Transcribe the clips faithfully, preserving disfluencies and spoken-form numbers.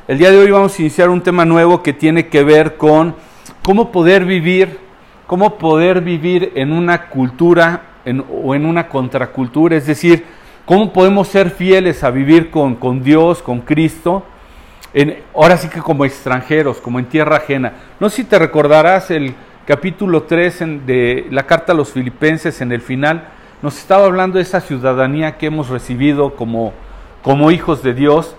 El día de hoy vamos a iniciar un tema nuevo que tiene que ver con cómo poder vivir, cómo poder vivir en una cultura en, o en una contracultura, es decir, cómo podemos ser fieles a vivir con, con Dios, con Cristo, en, ahora sí que como extranjeros, como en tierra ajena. No sé si te recordarás el capítulo tres en, de la carta a los Filipenses, en el final, nos estaba hablando de esa ciudadanía que hemos recibido como, como hijos de Dios.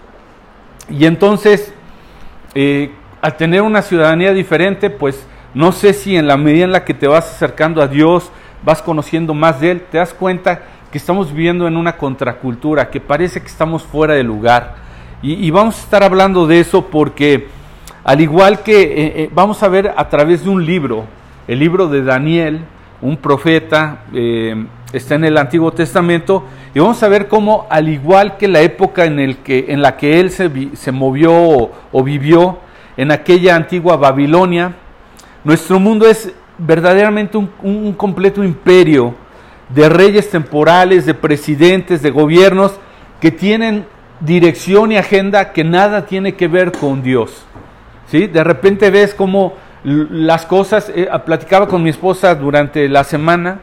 Y entonces, eh, al tener una ciudadanía diferente, pues no sé si en la medida en la que te vas acercando a Dios, vas conociendo más de Él, te das cuenta que estamos viviendo en una contracultura, que parece que estamos fuera de lugar. Y, y vamos a estar hablando de eso porque, al igual que eh, eh, vamos a ver a través de un libro, el libro de Daniel, un profeta, eh, está en el Antiguo Testamento, y vamos a ver cómo, al igual que la época en, el que, en la que él se, se movió o, o vivió, en aquella antigua Babilonia, nuestro mundo es verdaderamente un, un completo imperio de reyes temporales, de presidentes, de gobiernos que tienen dirección y agenda que nada tiene que ver con Dios, ¿sí? De repente ves cómo las cosas, eh, platicaba con mi esposa durante la semana,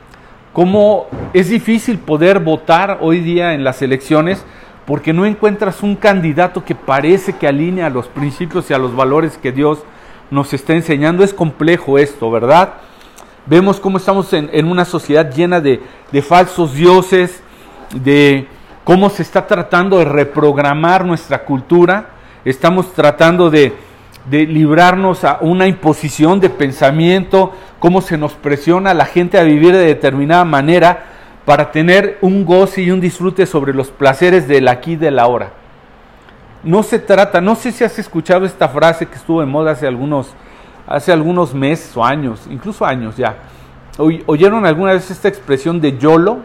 cómo es difícil poder votar hoy día en las elecciones porque no encuentras un candidato que parece que alinea a los principios y a los valores que Dios nos está enseñando. Es complejo esto, ¿verdad? Vemos cómo estamos en, en una sociedad llena de, de falsos dioses, de cómo se está tratando de reprogramar nuestra cultura. Estamos tratando de, de librarnos a una imposición de pensamiento, cómo se nos presiona a la gente a vivir de determinada manera para tener un goce y un disfrute sobre los placeres del aquí y del ahora. No se trata, no sé si has escuchado esta frase que estuvo de moda hace algunos, hace algunos meses o años, incluso años ya. ¿Oyeron alguna vez esta expresión de YOLO?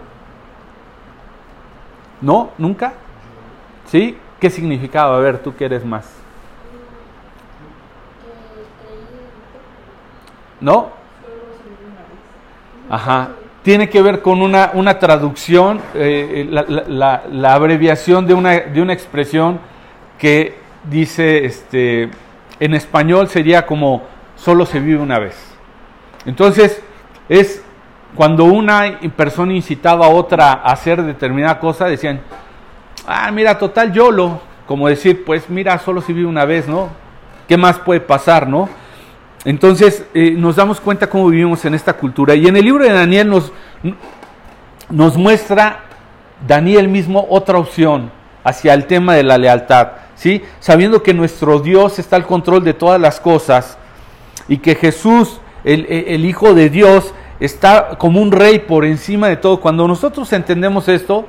¿No? ¿Nunca? ¿Sí? ¿Qué significaba? A ver, tú que eres más. ¿No? Ajá. Tiene que ver con una, una traducción, eh, la, la, la abreviación de una, de una expresión que dice, este, en español sería como solo se vive una vez. Entonces, es cuando una persona incitaba a otra a hacer determinada cosa, decían, ah, mira, total YOLO, como decir, pues mira, solo se vive una vez, ¿no? ¿Qué más puede pasar, no? Entonces, eh, nos damos cuenta cómo vivimos en esta cultura. Y en el libro de Daniel nos, nos muestra Daniel mismo otra opción hacia el tema de la lealtad, ¿sí? Sabiendo que nuestro Dios está al control de todas las cosas y que Jesús, el, el Hijo de Dios, está como un rey por encima de todo. Cuando nosotros entendemos esto,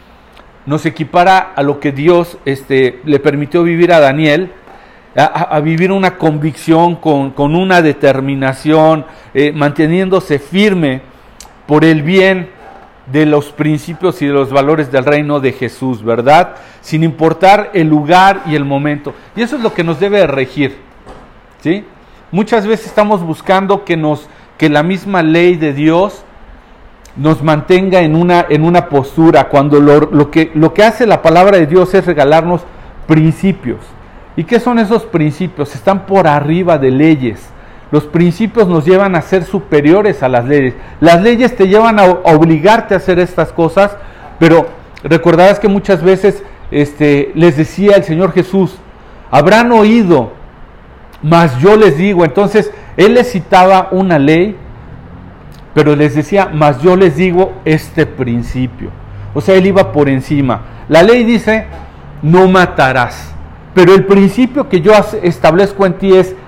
nos equipara a lo que Dios este, le permitió vivir a Daniel, A, a vivir una convicción con, con una determinación, eh, manteniéndose firme por el bien de los principios y de los valores del reino de Jesús, ¿verdad? Sin importar el lugar y el momento. Y eso es lo que nos debe regir, ¿sí? Muchas veces estamos buscando que, nos, que la misma ley de Dios nos mantenga en una, en una postura, cuando lo, lo, que, lo que hace la palabra de Dios es regalarnos principios. ¿Y qué son esos principios? Están por arriba de leyes. Los principios nos llevan a ser superiores a las leyes. Las leyes te llevan a obligarte a hacer estas cosas, pero recordarás que muchas veces este, les decía el Señor Jesús, habrán oído, mas yo les digo. Entonces, Él les citaba una ley, pero les decía, mas yo les digo este principio. O sea, Él iba por encima. La ley dice, no matarás. Pero el principio que yo establezco en ti es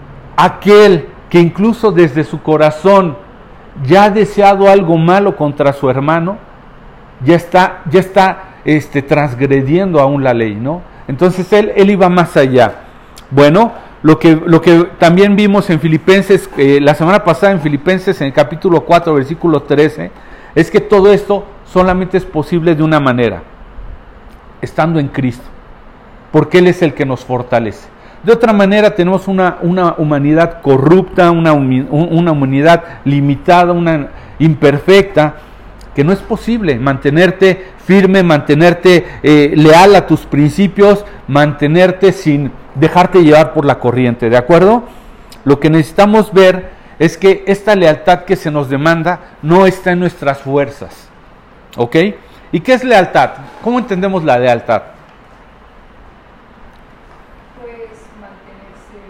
aquel que incluso desde su corazón ya ha deseado algo malo contra su hermano, ya está, ya está este, transgrediendo aún la ley, ¿no? Entonces él, él iba más allá. Bueno, lo que, lo que también vimos en Filipenses, eh, la semana pasada en Filipenses, en el capítulo cuatro, versículo trece, es que todo esto solamente es posible de una manera, estando en Cristo. Porque Él es el que nos fortalece. De otra manera tenemos una, una humanidad corrupta, una, una humanidad limitada, una imperfecta, que no es posible mantenerte firme, mantenerte eh, leal a tus principios, mantenerte sin dejarte llevar por la corriente, ¿de acuerdo? Lo que necesitamos ver es que esta lealtad que se nos demanda no está en nuestras fuerzas, ¿ok? ¿Y qué es lealtad? ¿Cómo entendemos la lealtad? Pues mantenerse,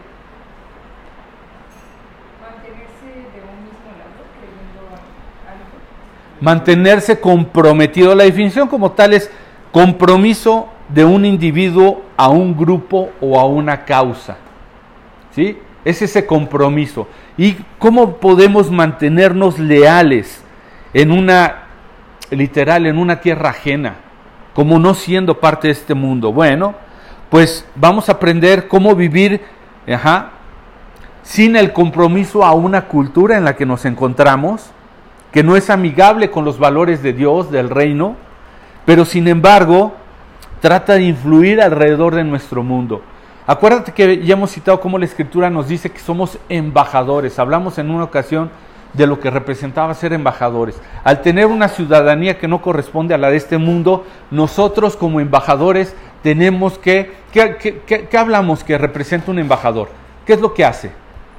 mantenerse de un mismo lado, creyendo algo. Mantenerse comprometido. La definición como tal es compromiso de un individuo a un grupo o a una causa, ¿sí? Es ese compromiso. ¿Y cómo podemos mantenernos leales en una, literal, en una tierra ajena, como no siendo parte de este mundo? Bueno, pues vamos a aprender cómo vivir, ajá, sin el compromiso a una cultura en la que nos encontramos, que no es amigable con los valores de Dios, del reino, pero sin embargo trata de influir alrededor de nuestro mundo. Acuérdate que ya hemos citado cómo la Escritura nos dice que somos embajadores. Hablamos en una ocasión de lo que representaba ser embajadores. Al tener una ciudadanía que no corresponde a la de este mundo, nosotros como embajadores tenemos que... ¿Qué, qué, qué, qué hablamos que representa un embajador? ¿Qué es lo que hace?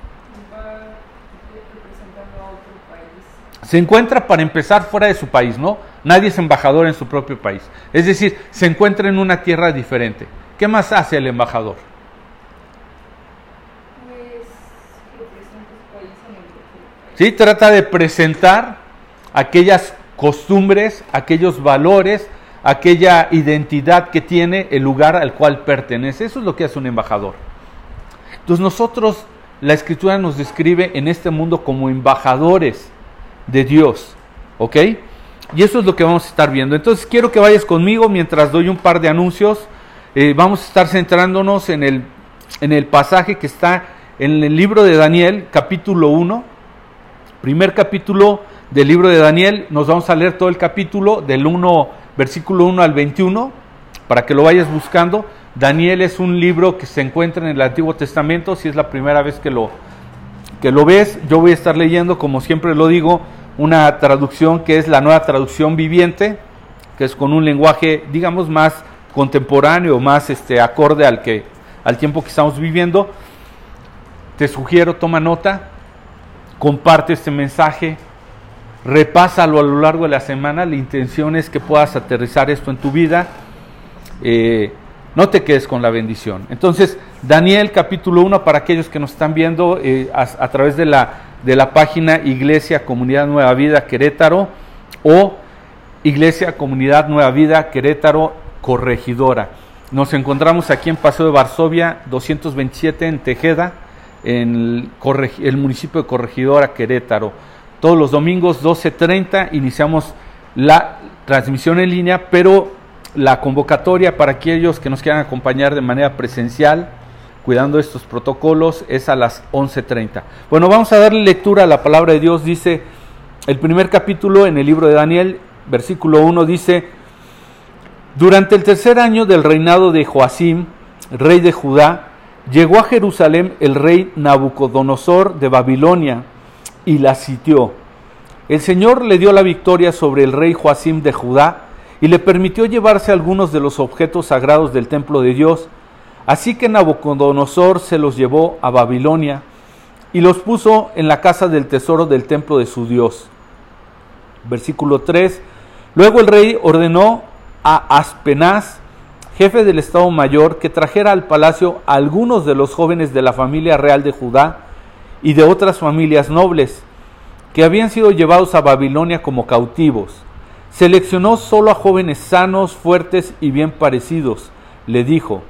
Se encuentra, para empezar, fuera de su país, ¿no? Nadie es embajador en su propio país. Es decir, se encuentra en una tierra diferente. ¿Qué más hace el embajador? Pues representa su país en el país. Sí, trata de presentar aquellas costumbres, aquellos valores, aquella identidad que tiene el lugar al cual pertenece. Eso es lo que hace un embajador. Entonces nosotros, la Escritura nos describe en este mundo como embajadores de Dios, ¿ok? Y eso es lo que vamos a estar viendo. Entonces quiero que vayas conmigo mientras doy un par de anuncios. Eh, vamos a estar centrándonos en el, en el pasaje que está en el libro de Daniel, capítulo uno, primer capítulo del libro de Daniel. Nos vamos a leer todo el capítulo del uno, versículo uno al veintiuno, para que lo vayas buscando. Daniel es un libro que se encuentra en el Antiguo Testamento. Si es la primera vez que lo, que lo ves, yo voy a estar leyendo, como siempre lo digo, una traducción que es la Nueva Traducción Viviente, que es con un lenguaje, digamos, más contemporáneo, más este, acorde al, que, al tiempo que estamos viviendo. Te sugiero, toma nota, comparte este mensaje, repásalo a lo largo de la semana. La intención es que puedas aterrizar esto en tu vida. Eh, no te quedes con la bendición. Entonces, Daniel capítulo uno, para aquellos que nos están viendo eh, a, a través de la, de la página Iglesia Comunidad Nueva Vida Querétaro o Iglesia Comunidad Nueva Vida Querétaro Corregidora. Nos encontramos aquí en Paseo de Varsovia doscientos veintisiete en Tejeda, en el, corregi- el municipio de Corregidora, Querétaro. Todos los domingos doce treinta iniciamos la transmisión en línea, pero la convocatoria para aquellos que nos quieran acompañar de manera presencial, cuidando estos protocolos, es a las once treinta. Bueno, vamos a darle lectura a la palabra de Dios. Dice el primer capítulo en el libro de Daniel, versículo uno, dice: durante el tercer año del reinado de Joacim, rey de Judá, llegó a Jerusalén el rey Nabucodonosor de Babilonia y la sitió. El Señor le dio la victoria sobre el rey Joacim de Judá y le permitió llevarse algunos de los objetos sagrados del templo de Dios. Así que Nabucodonosor se los llevó a Babilonia y los puso en la casa del tesoro del templo de su Dios. Versículo tres. Luego el rey ordenó a Aspenaz, jefe del Estado Mayor, que trajera al palacio a algunos de los jóvenes de la familia real de Judá y de otras familias nobles, que habían sido llevados a Babilonia como cautivos. Seleccionó solo a jóvenes sanos, fuertes y bien parecidos. Le dijo,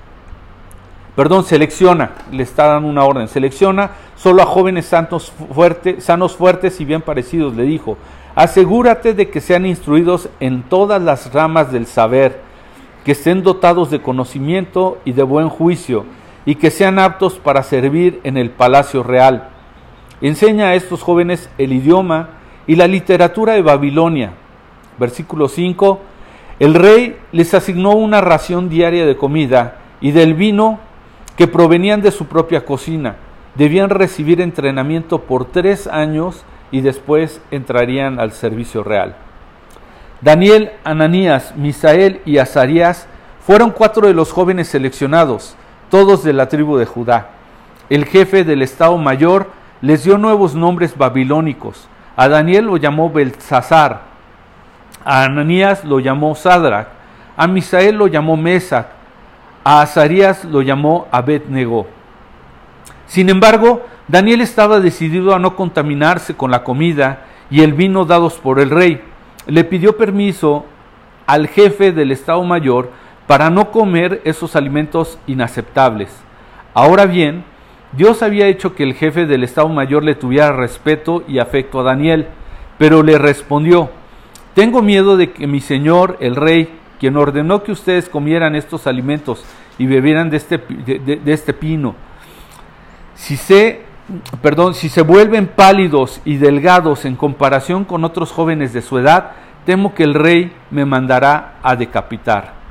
perdón, selecciona, le está dando una orden, selecciona solo a jóvenes sanos, fuerte, sanos, fuertes y bien parecidos. Le dijo, asegúrate de que sean instruidos en todas las ramas del saber, que estén dotados de conocimiento y de buen juicio, y que sean aptos para servir en el palacio real. Enseña a estos jóvenes el idioma y la literatura de Babilonia. Versículo cinco. El rey les asignó una ración diaria de comida y del vino que provenían de su propia cocina. Debían recibir entrenamiento por tres años y después entrarían al servicio real. Daniel, Ananías, Misael y Azarías fueron cuatro de los jóvenes seleccionados, todos de la tribu de Judá. El jefe del Estado Mayor les dio nuevos nombres babilónicos. A Daniel lo llamó Beltsasar, a Ananías lo llamó Sadrach, a Misael lo llamó Mesac, a Azarías lo llamó Abed-Nego. Sin embargo, Daniel estaba decidido a no contaminarse con la comida y el vino dados por el rey. Le pidió permiso al jefe del Estado Mayor para no comer esos alimentos inaceptables. Ahora bien, Dios había hecho que el jefe del Estado Mayor le tuviera respeto y afecto a Daniel, pero le respondió: tengo miedo de que mi señor, el rey, quien ordenó que ustedes comieran estos alimentos y bebieran de este, de, de, de este pino, si se, perdón, si se vuelven pálidos y delgados en comparación con otros jóvenes de su edad, temo que el rey me mandará a decapitar.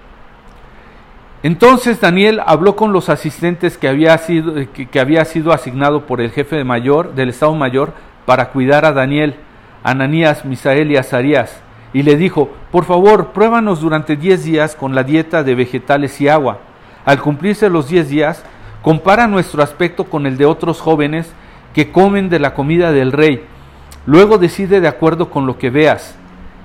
Entonces Daniel habló con los asistentes que había sido, que, que había sido asignado por el jefe de mayor, del Estado Mayor para cuidar a Daniel, Ananías, Misael y Azarías, y le dijo: por favor, pruébanos durante diez días con la dieta de vegetales y agua. Al cumplirse los diez días, compara nuestro aspecto con el de otros jóvenes que comen de la comida del rey. Luego decide de acuerdo con lo que veas.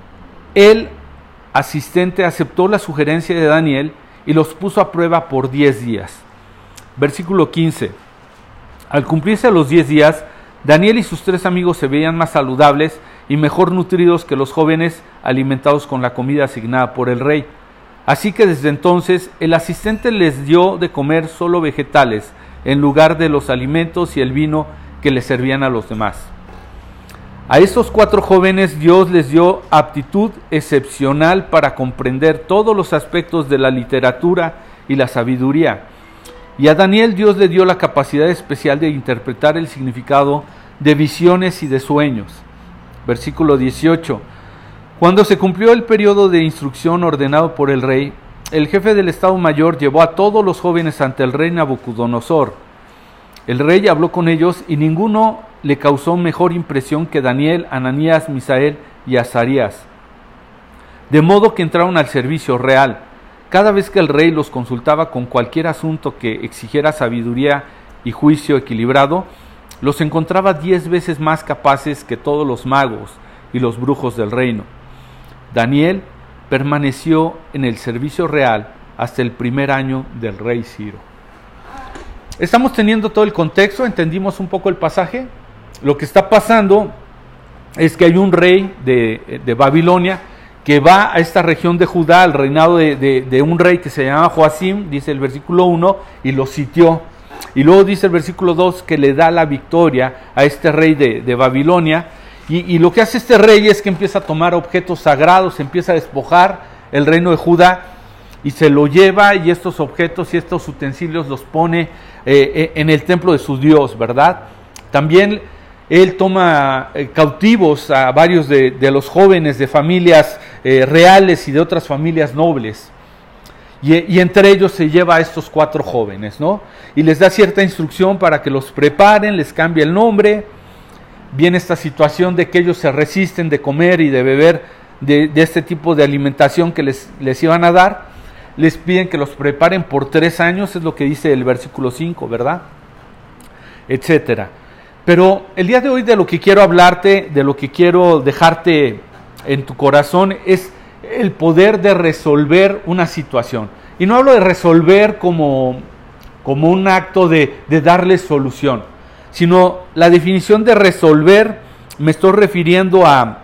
El asistente aceptó la sugerencia de Daniel y los puso a prueba por diez días. Versículo quince. Al cumplirse los diez días, Daniel y sus tres amigos se veían más saludables y mejor nutridos que los jóvenes alimentados con la comida asignada por el rey. Así que desde entonces el asistente les dio de comer solo vegetales en lugar de los alimentos y el vino que les servían a los demás. A estos cuatro jóvenes Dios les dio aptitud excepcional para comprender todos los aspectos de la literatura y la sabiduría. Y a Daniel Dios le dio la capacidad especial de interpretar el significado de visiones y de sueños. Versículo dieciocho. Cuando se cumplió el periodo de instrucción ordenado por el rey, el jefe del Estado Mayor llevó a todos los jóvenes ante el rey Nabucodonosor. El rey habló con ellos y ninguno le causó mejor impresión que Daniel, Ananías, Misael y Azarías. De modo que entraron al servicio real. Cada vez que el rey los consultaba con cualquier asunto que exigiera sabiduría y juicio equilibrado, los encontraba diez veces más capaces que todos los magos y los brujos del reino. Daniel permaneció en el servicio real hasta el primer año del rey Ciro. Estamos teniendo todo el contexto, entendimos un poco el pasaje. Lo que está pasando es que hay un rey de, de Babilonia que va a esta región de Judá, al reinado de, de, de un rey que se llama Joacim, dice el versículo uno, y lo sitió. Y luego dice el versículo dos que le da la victoria a este rey de, de Babilonia. Y, y lo que hace este rey es que empieza a tomar objetos sagrados, empieza a despojar el reino de Judá y se lo lleva, y estos objetos y estos utensilios los pone eh, en el templo de su Dios, ¿verdad? También él toma eh, cautivos a varios de, de los jóvenes de familias eh, reales y de otras familias nobles. Y, y entre ellos se lleva a estos cuatro jóvenes, ¿no? Y les da cierta instrucción para que los preparen, les cambie el nombre. Viene esta situación de que ellos se resisten de comer y de beber de, de este tipo de alimentación que les, les iban a dar. Les piden que los preparen por tres años, es lo que dice el versículo cinco, ¿verdad? Etcétera. Pero el día de hoy de lo que quiero hablarte, de lo que quiero dejarte en tu corazón, es el poder de resolver una situación. Y no hablo de resolver como, como un acto de, de darle solución, sino la definición de resolver, me estoy refiriendo a,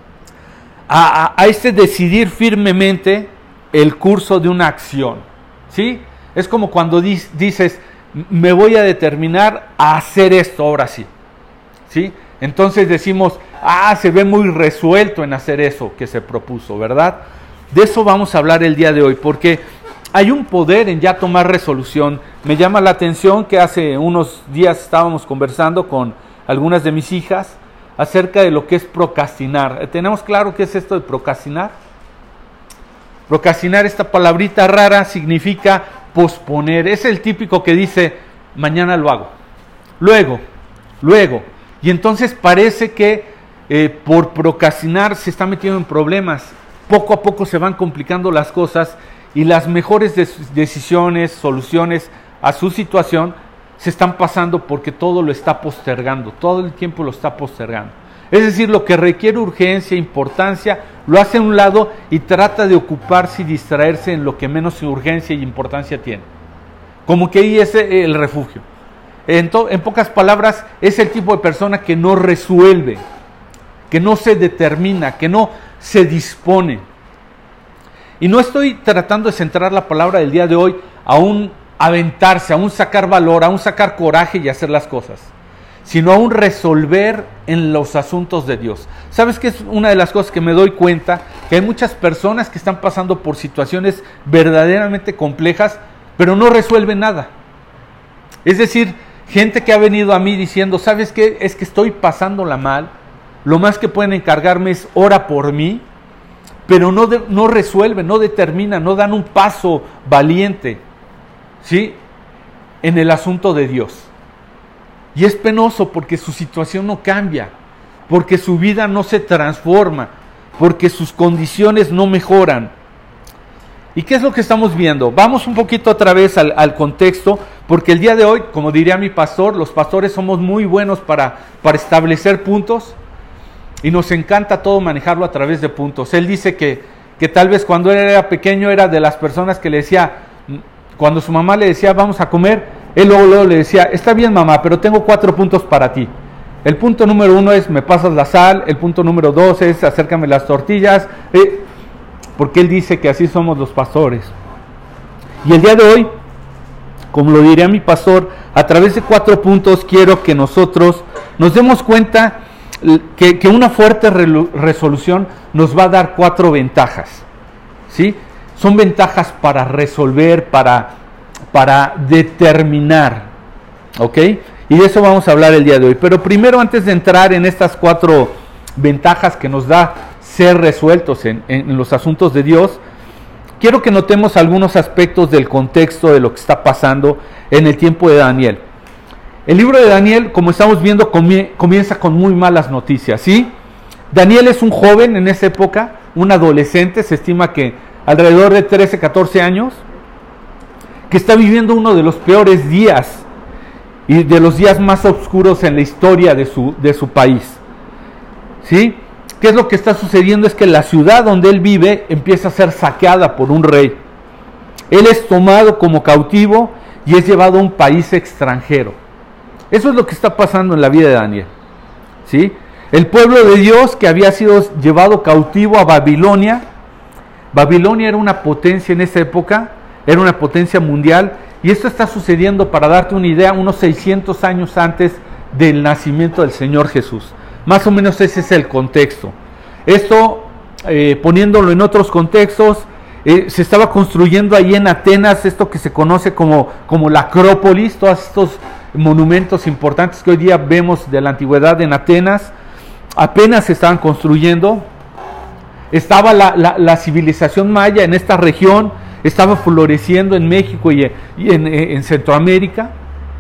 a, a este decidir firmemente el curso de una acción, ¿sí? Es como cuando dices, me voy a determinar a hacer esto ahora sí, ¿sí? Entonces decimos, ah, se ve muy resuelto en hacer eso que se propuso, ¿verdad? De eso vamos a hablar el día de hoy, porque hay un poder en ya tomar resolución. Me llama la atención que hace unos días estábamos conversando con algunas de mis hijas acerca de lo que es procrastinar. ¿Tenemos claro qué es esto de procrastinar? Procrastinar, esta palabrita rara, significa posponer. Es el típico que dice, mañana lo hago, luego, luego. Y entonces parece que eh, por procrastinar se está metiendo en problemas. Poco a poco se van complicando las cosas y las mejores des- decisiones, soluciones a su situación se están pasando porque todo lo está postergando, todo el tiempo lo está postergando. Es decir, lo que requiere urgencia, importancia, lo hace a un lado y trata de ocuparse y distraerse en lo que menos urgencia y importancia tiene. Como que ahí es el refugio. En, to- en pocas palabras, es el tipo de persona que no resuelve, que no se determina, que no se dispone. Y no estoy tratando de centrar la palabra del día de hoy a un aventarse, a un sacar valor, a un sacar coraje y hacer las cosas, sino a un resolver en los asuntos de Dios. ¿Sabes qué es una de las cosas que me doy cuenta? Que hay muchas personas que están pasando por situaciones verdaderamente complejas, pero no resuelven nada. Es decir, gente que ha venido a mí diciendo, ¿sabes qué? Es que estoy pasándola mal, lo más que pueden encargarme es ora por mí, pero no, de, no resuelven, no determinan, no dan un paso valiente, ¿sí?, en el asunto de Dios. Y es penoso porque su situación no cambia, porque su vida no se transforma, porque sus condiciones no mejoran. ¿Y qué es lo que estamos viendo? Vamos un poquito otra vez al, al contexto, porque el día de hoy, como diría mi pastor, los pastores somos muy buenos para, para establecer puntos y nos encanta todo manejarlo a través de puntos. Él dice que, que tal vez cuando él era pequeño era de las personas que le decía, cuando su mamá le decía vamos a comer, él luego, luego le decía, está bien mamá, pero tengo cuatro puntos para ti. El punto número uno es me pasas la sal, el punto número dos es acércame las tortillas, eh, porque él dice que así somos los pastores. Y el día de hoy, como lo diría mi pastor, a través de cuatro puntos quiero que nosotros nos demos cuenta que, que una fuerte re- resolución nos va a dar cuatro ventajas, ¿sí? Son ventajas para resolver, para, para determinar, ¿ok? Y de eso vamos a hablar el día de hoy. Pero primero, antes de entrar en estas cuatro ventajas que nos da ser resueltos en, en los asuntos de Dios, quiero que notemos algunos aspectos del contexto de lo que está pasando en el tiempo de Daniel. El libro de Daniel, como estamos viendo, comienza con muy malas noticias, ¿sí? Daniel es un joven en esa época, un adolescente, se estima que alrededor de trece, catorce años, que está viviendo uno de los peores días y de los días más oscuros en la historia de su, de su país, ¿sí? ¿Qué es lo que está sucediendo? Es que la ciudad donde él vive empieza a ser saqueada por un rey. Él es tomado como cautivo y es llevado a un país extranjero. Eso es lo que está pasando en la vida de Daniel, ¿sí? El pueblo de Dios que había sido llevado cautivo a Babilonia. Babilonia era una potencia en esa época, era una potencia mundial, y esto está sucediendo, para darte una idea, unos seiscientos años antes del nacimiento del Señor Jesús. Más o menos ese es el contexto. Esto, eh, poniéndolo en otros contextos, eh, se estaba construyendo ahí en Atenas esto que se conoce como, como la Acrópolis, todos estos monumentos importantes que hoy día vemos de la antigüedad en Atenas, apenas se estaban construyendo. Estaba la, la, la civilización maya en esta región, estaba floreciendo en México y, y en, en Centroamérica.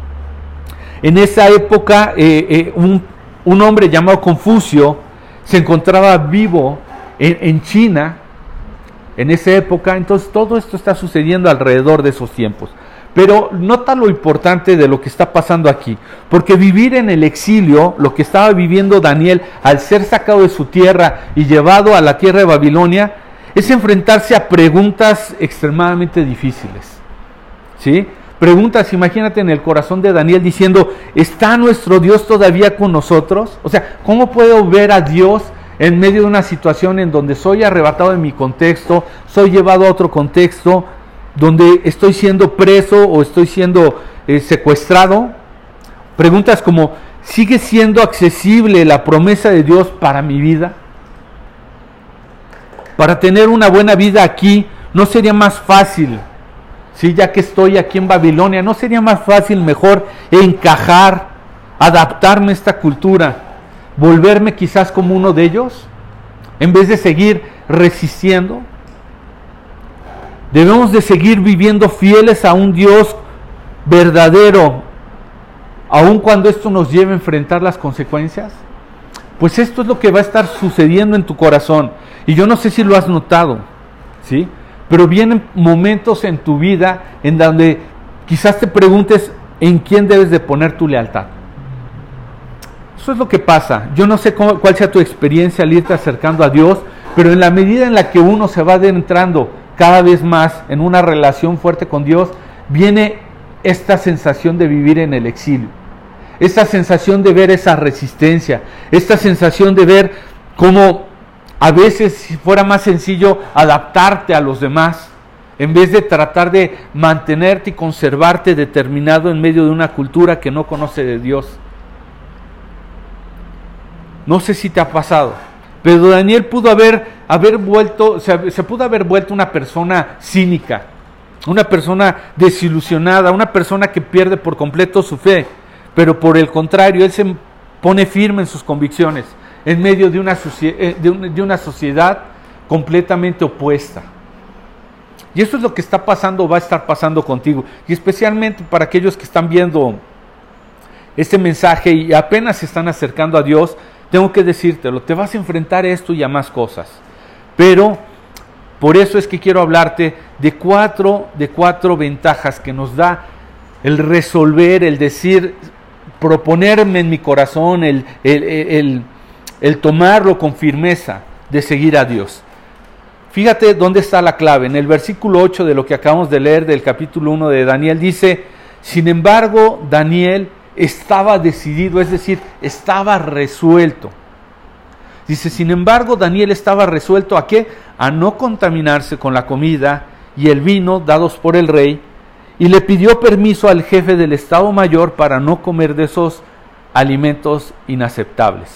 En esa época, eh, eh, un, un hombre llamado Confucio se encontraba vivo en, en China, en esa época. Entonces todo esto está sucediendo alrededor de esos tiempos. Pero nota lo importante de lo que está pasando aquí, porque vivir en el exilio, lo que estaba viviendo Daniel al ser sacado de su tierra y llevado a la tierra de Babilonia, es enfrentarse a preguntas extremadamente difíciles, ¿sí? Preguntas, imagínate en el corazón de Daniel diciendo, ¿está nuestro Dios todavía con nosotros? O sea, ¿cómo puedo ver a Dios en medio de una situación en donde soy arrebatado de mi contexto, soy llevado a otro contexto, donde estoy siendo preso o estoy siendo eh, secuestrado? Preguntas como, ¿sigue siendo accesible la promesa de Dios para mi vida? Para tener una buena vida aquí, ¿no sería más fácil, sí, ya que estoy aquí en Babilonia, no sería más fácil, mejor encajar, adaptarme a esta cultura, volverme quizás como uno de ellos, en vez de seguir resistiendo? Debemos de seguir viviendo fieles a un Dios verdadero, aun cuando esto nos lleve a enfrentar las consecuencias. pues esto es lo que va a estar sucediendo en tu corazón. Y yo no sé si lo has notado, ¿sí? Pero vienen momentos en tu vida en donde quizás te preguntes en quién debes de poner tu lealtad. Eso es lo que pasa. Yo no sé cómo, cuál sea tu experiencia al irte acercando a Dios, pero en la medida en la que uno se va adentrando cada vez más en una relación fuerte con Dios, viene esta sensación de vivir en el exilio, esta sensación de ver esa resistencia, esta sensación de ver cómo a veces si fuera más sencillo adaptarte a los demás, en vez de tratar de mantenerte y conservarte determinado en medio de una cultura que no conoce de Dios. No sé si te ha pasado, pero Daniel pudo haber, haber vuelto, se, se pudo haber vuelto una persona cínica, una persona desilusionada, una persona que pierde por completo su fe, pero por el contrario, él se pone firme en sus convicciones, en medio de una, de una, de una sociedad completamente opuesta. Y eso es lo que está pasando, va a estar pasando contigo, y especialmente para aquellos que están viendo este mensaje y apenas se están acercando a Dios. Tengo que decírtelo, te vas a enfrentar a esto y a más cosas, pero por eso es que quiero hablarte de cuatro, de cuatro ventajas que nos da el resolver, el decir, proponerme en mi corazón, el, el, el, el tomarlo con firmeza de seguir a Dios. Fíjate dónde está la clave. En el versículo ocho de lo que acabamos de leer del capítulo uno de Daniel dice: sin embargo, Daniel estaba decidido, es decir, estaba resuelto. Dice, sin embargo, Daniel estaba resuelto ¿a qué? A no contaminarse con la comida y el vino dados por el rey, y le pidió permiso al jefe del Estado Mayor para no comer de esos alimentos inaceptables.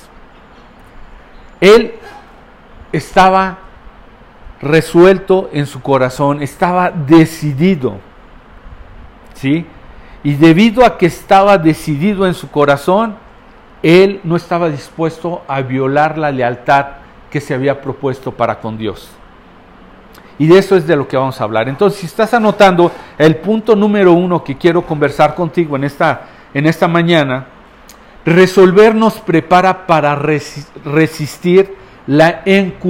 Él estaba resuelto en su corazón, estaba decidido, ¿sí? Y debido a que estaba decidido en su corazón, él no estaba dispuesto a violar la lealtad que se había propuesto para con Dios. Y de eso es de lo que vamos a hablar. Entonces, si estás anotando, el punto número uno que quiero conversar contigo en esta, en esta mañana, resolver nos prepara para resistir la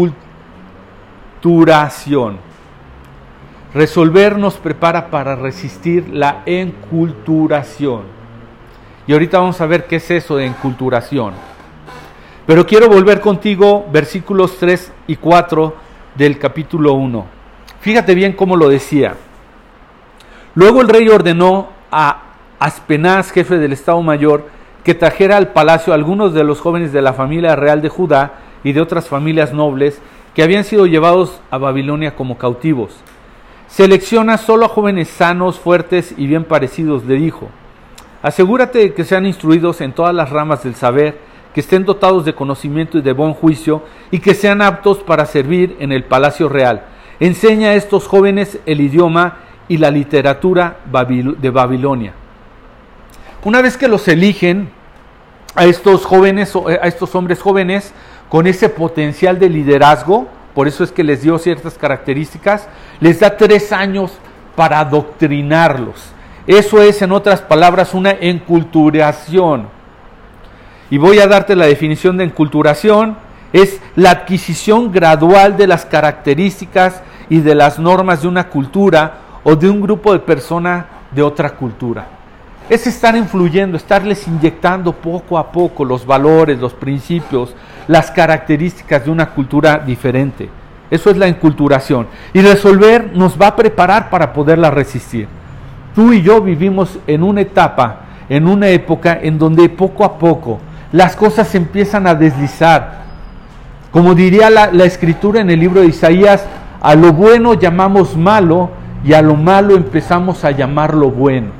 enculturación. Resolver nos prepara para resistir la enculturación. Y ahorita vamos a ver qué es eso de enculturación. Pero quiero volver contigo, versículos tres y cuatro del capítulo uno. Fíjate bien cómo lo decía. Luego el rey ordenó a Aspenaz, jefe del Estado Mayor, que trajera al palacio a algunos de los jóvenes de la familia real de Judá y de otras familias nobles que habían sido llevados a Babilonia como cautivos. Selecciona solo a jóvenes sanos, fuertes y bien parecidos, le dijo. Asegúrate de que sean instruidos en todas las ramas del saber, que estén dotados de conocimiento y de buen juicio, y que sean aptos para servir en el palacio real. Enseña a estos jóvenes el idioma y la literatura de Babilonia. Una vez que los eligen, a estos jóvenes, a estos hombres jóvenes, con ese potencial de liderazgo, por eso es que les dio ciertas características, les da tres años para adoctrinarlos. Eso es, en otras palabras, una enculturación. Y voy a darte la definición de enculturación: es la adquisición gradual de las características y de las normas de una cultura o de un grupo de personas de otra cultura. Es estar influyendo, estarles inyectando poco a poco los valores, los principios, las características de una cultura diferente. Eso es la enculturación. Y resolver nos va a preparar para poderla resistir. Tú y yo vivimos en una etapa, en una época en donde poco a poco las cosas se empiezan a deslizar. Como diría la, la escritura en el libro de Isaías, a lo bueno llamamos malo y a lo malo empezamos a llamarlo bueno.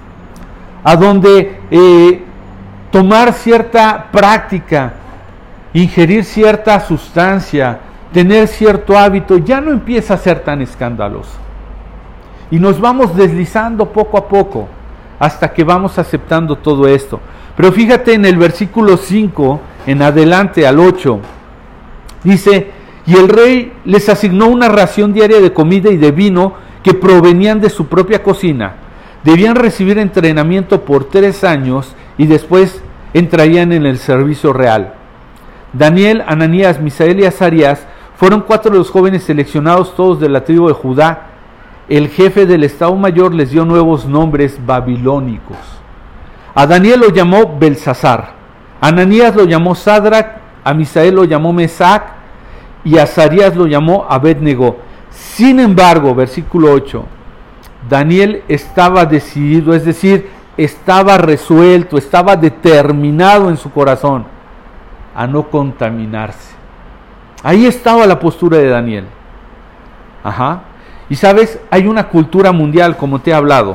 A donde eh, tomar cierta práctica, ingerir cierta sustancia, tener cierto hábito, ya no empieza a ser tan escandaloso. Y nos vamos deslizando poco a poco, hasta que vamos aceptando todo esto. Pero fíjate en el versículo cinco, en adelante al ocho, dice: y el rey les asignó una ración diaria de comida y de vino que provenían de su propia cocina. Debían recibir entrenamiento por tres años y después entrarían en el servicio real. Daniel, Ananías, Misael y Azarías fueron cuatro de los jóvenes seleccionados, todos de la tribu de Judá. El jefe del Estado Mayor les dio nuevos nombres babilónicos. A Daniel lo llamó Belsasar, a Ananías lo llamó Sadrac, a Misael lo llamó Mesac y a Azarías lo llamó Abednego. Sin embargo, versículo ocho, Daniel estaba decidido, es decir, estaba resuelto, estaba determinado en su corazón a no contaminarse. Ahí estaba la postura de Daniel. Ajá. Y sabes, hay una cultura mundial, como te he hablado,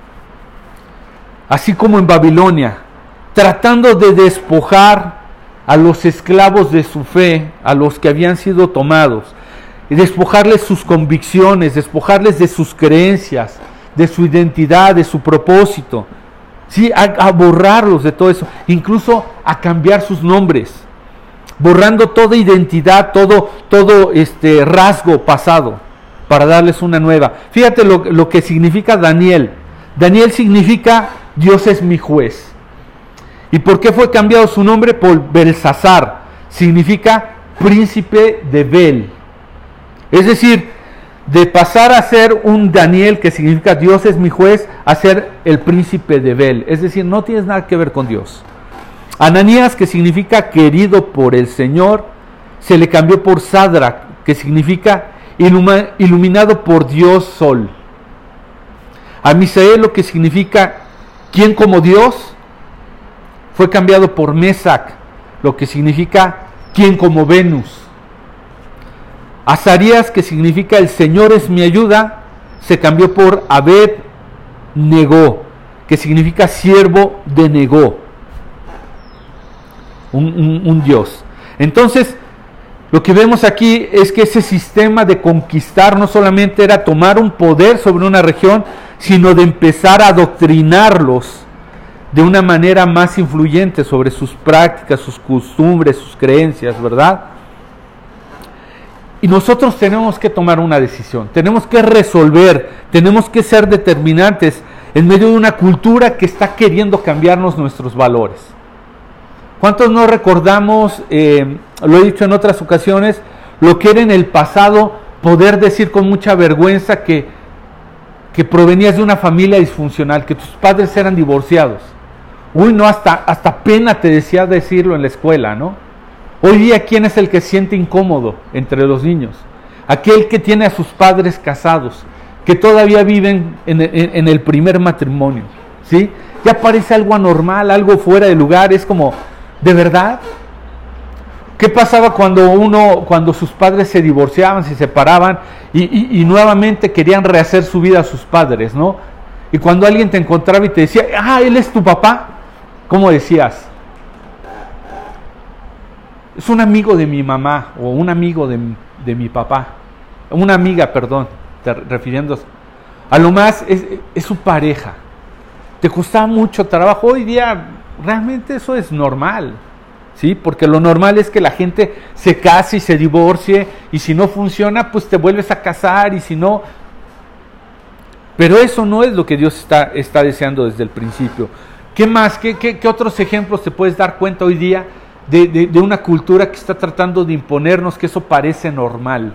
así como en Babilonia, tratando de despojar a los esclavos de su fe, a los que habían sido tomados, y despojarles sus convicciones, despojarles de sus creencias, de su identidad, de su propósito, ¿sí? a, a borrarlos de todo eso, incluso a cambiar sus nombres, borrando toda identidad, todo, todo este rasgo pasado, para darles una nueva. Fíjate lo, lo que significa Daniel. Daniel significa Dios es mi juez. ¿Y por qué fue cambiado su nombre? Por Belsasar. Significa príncipe de Bel. Es decir, de pasar a ser un Daniel, que significa Dios es mi juez, a ser el príncipe de Bel. Es decir, no tienes nada que ver con Dios. Ananías, que significa querido por el Señor, se le cambió por Sadrac, que significa iluminado por Dios Sol. A Misael, lo que significa ¿quién como Dios?, fue cambiado por Mesac, lo que significa ¿quién como Venus? Azarías, que significa el Señor es mi ayuda, se cambió por Abed-Negó, que significa siervo de Negó, un, un, un Dios. Entonces, lo que vemos aquí es que ese sistema de conquistar no solamente era tomar un poder sobre una región, sino de empezar a adoctrinarlos de una manera más influyente sobre sus prácticas, sus costumbres, sus creencias, ¿verdad? Y nosotros tenemos que tomar una decisión, tenemos que resolver, tenemos que ser determinantes en medio de una cultura que está queriendo cambiarnos nuestros valores. ¿Cuántos no recordamos, eh, lo he dicho en otras ocasiones, lo que era en el pasado poder decir con mucha vergüenza que, que provenías de una familia disfuncional, que tus padres eran divorciados? Uy, no, hasta, hasta pena te decía decirlo en la escuela, ¿no? Hoy día, ¿quién es el que se siente incómodo entre los niños? Aquel que tiene a sus padres casados, que todavía viven en, en, en el primer matrimonio, ¿sí? Ya parece algo anormal, algo fuera de lugar, es como, ¿de verdad? ¿Qué pasaba cuando uno, cuando sus padres se divorciaban, se separaban y, y, y nuevamente querían rehacer su vida a sus padres, ¿no? Y cuando alguien te encontraba y te decía, ah, él es tu papá, ¿cómo decías? Es un amigo de mi mamá o un amigo de, de mi papá, una amiga, perdón, te, refiriéndose. A lo más es, es su pareja. Te costaba mucho trabajo. Hoy día realmente eso es normal, ¿sí? Porque lo normal es que la gente se case y se divorcie, y si no funciona, pues te vuelves a casar, y si no... Pero eso no es lo que Dios está, está deseando desde el principio. ¿Qué más? ¿Qué, qué, qué otros ejemplos te puedes dar cuenta hoy día de, de, de una cultura que está tratando de imponernos que eso parece normal?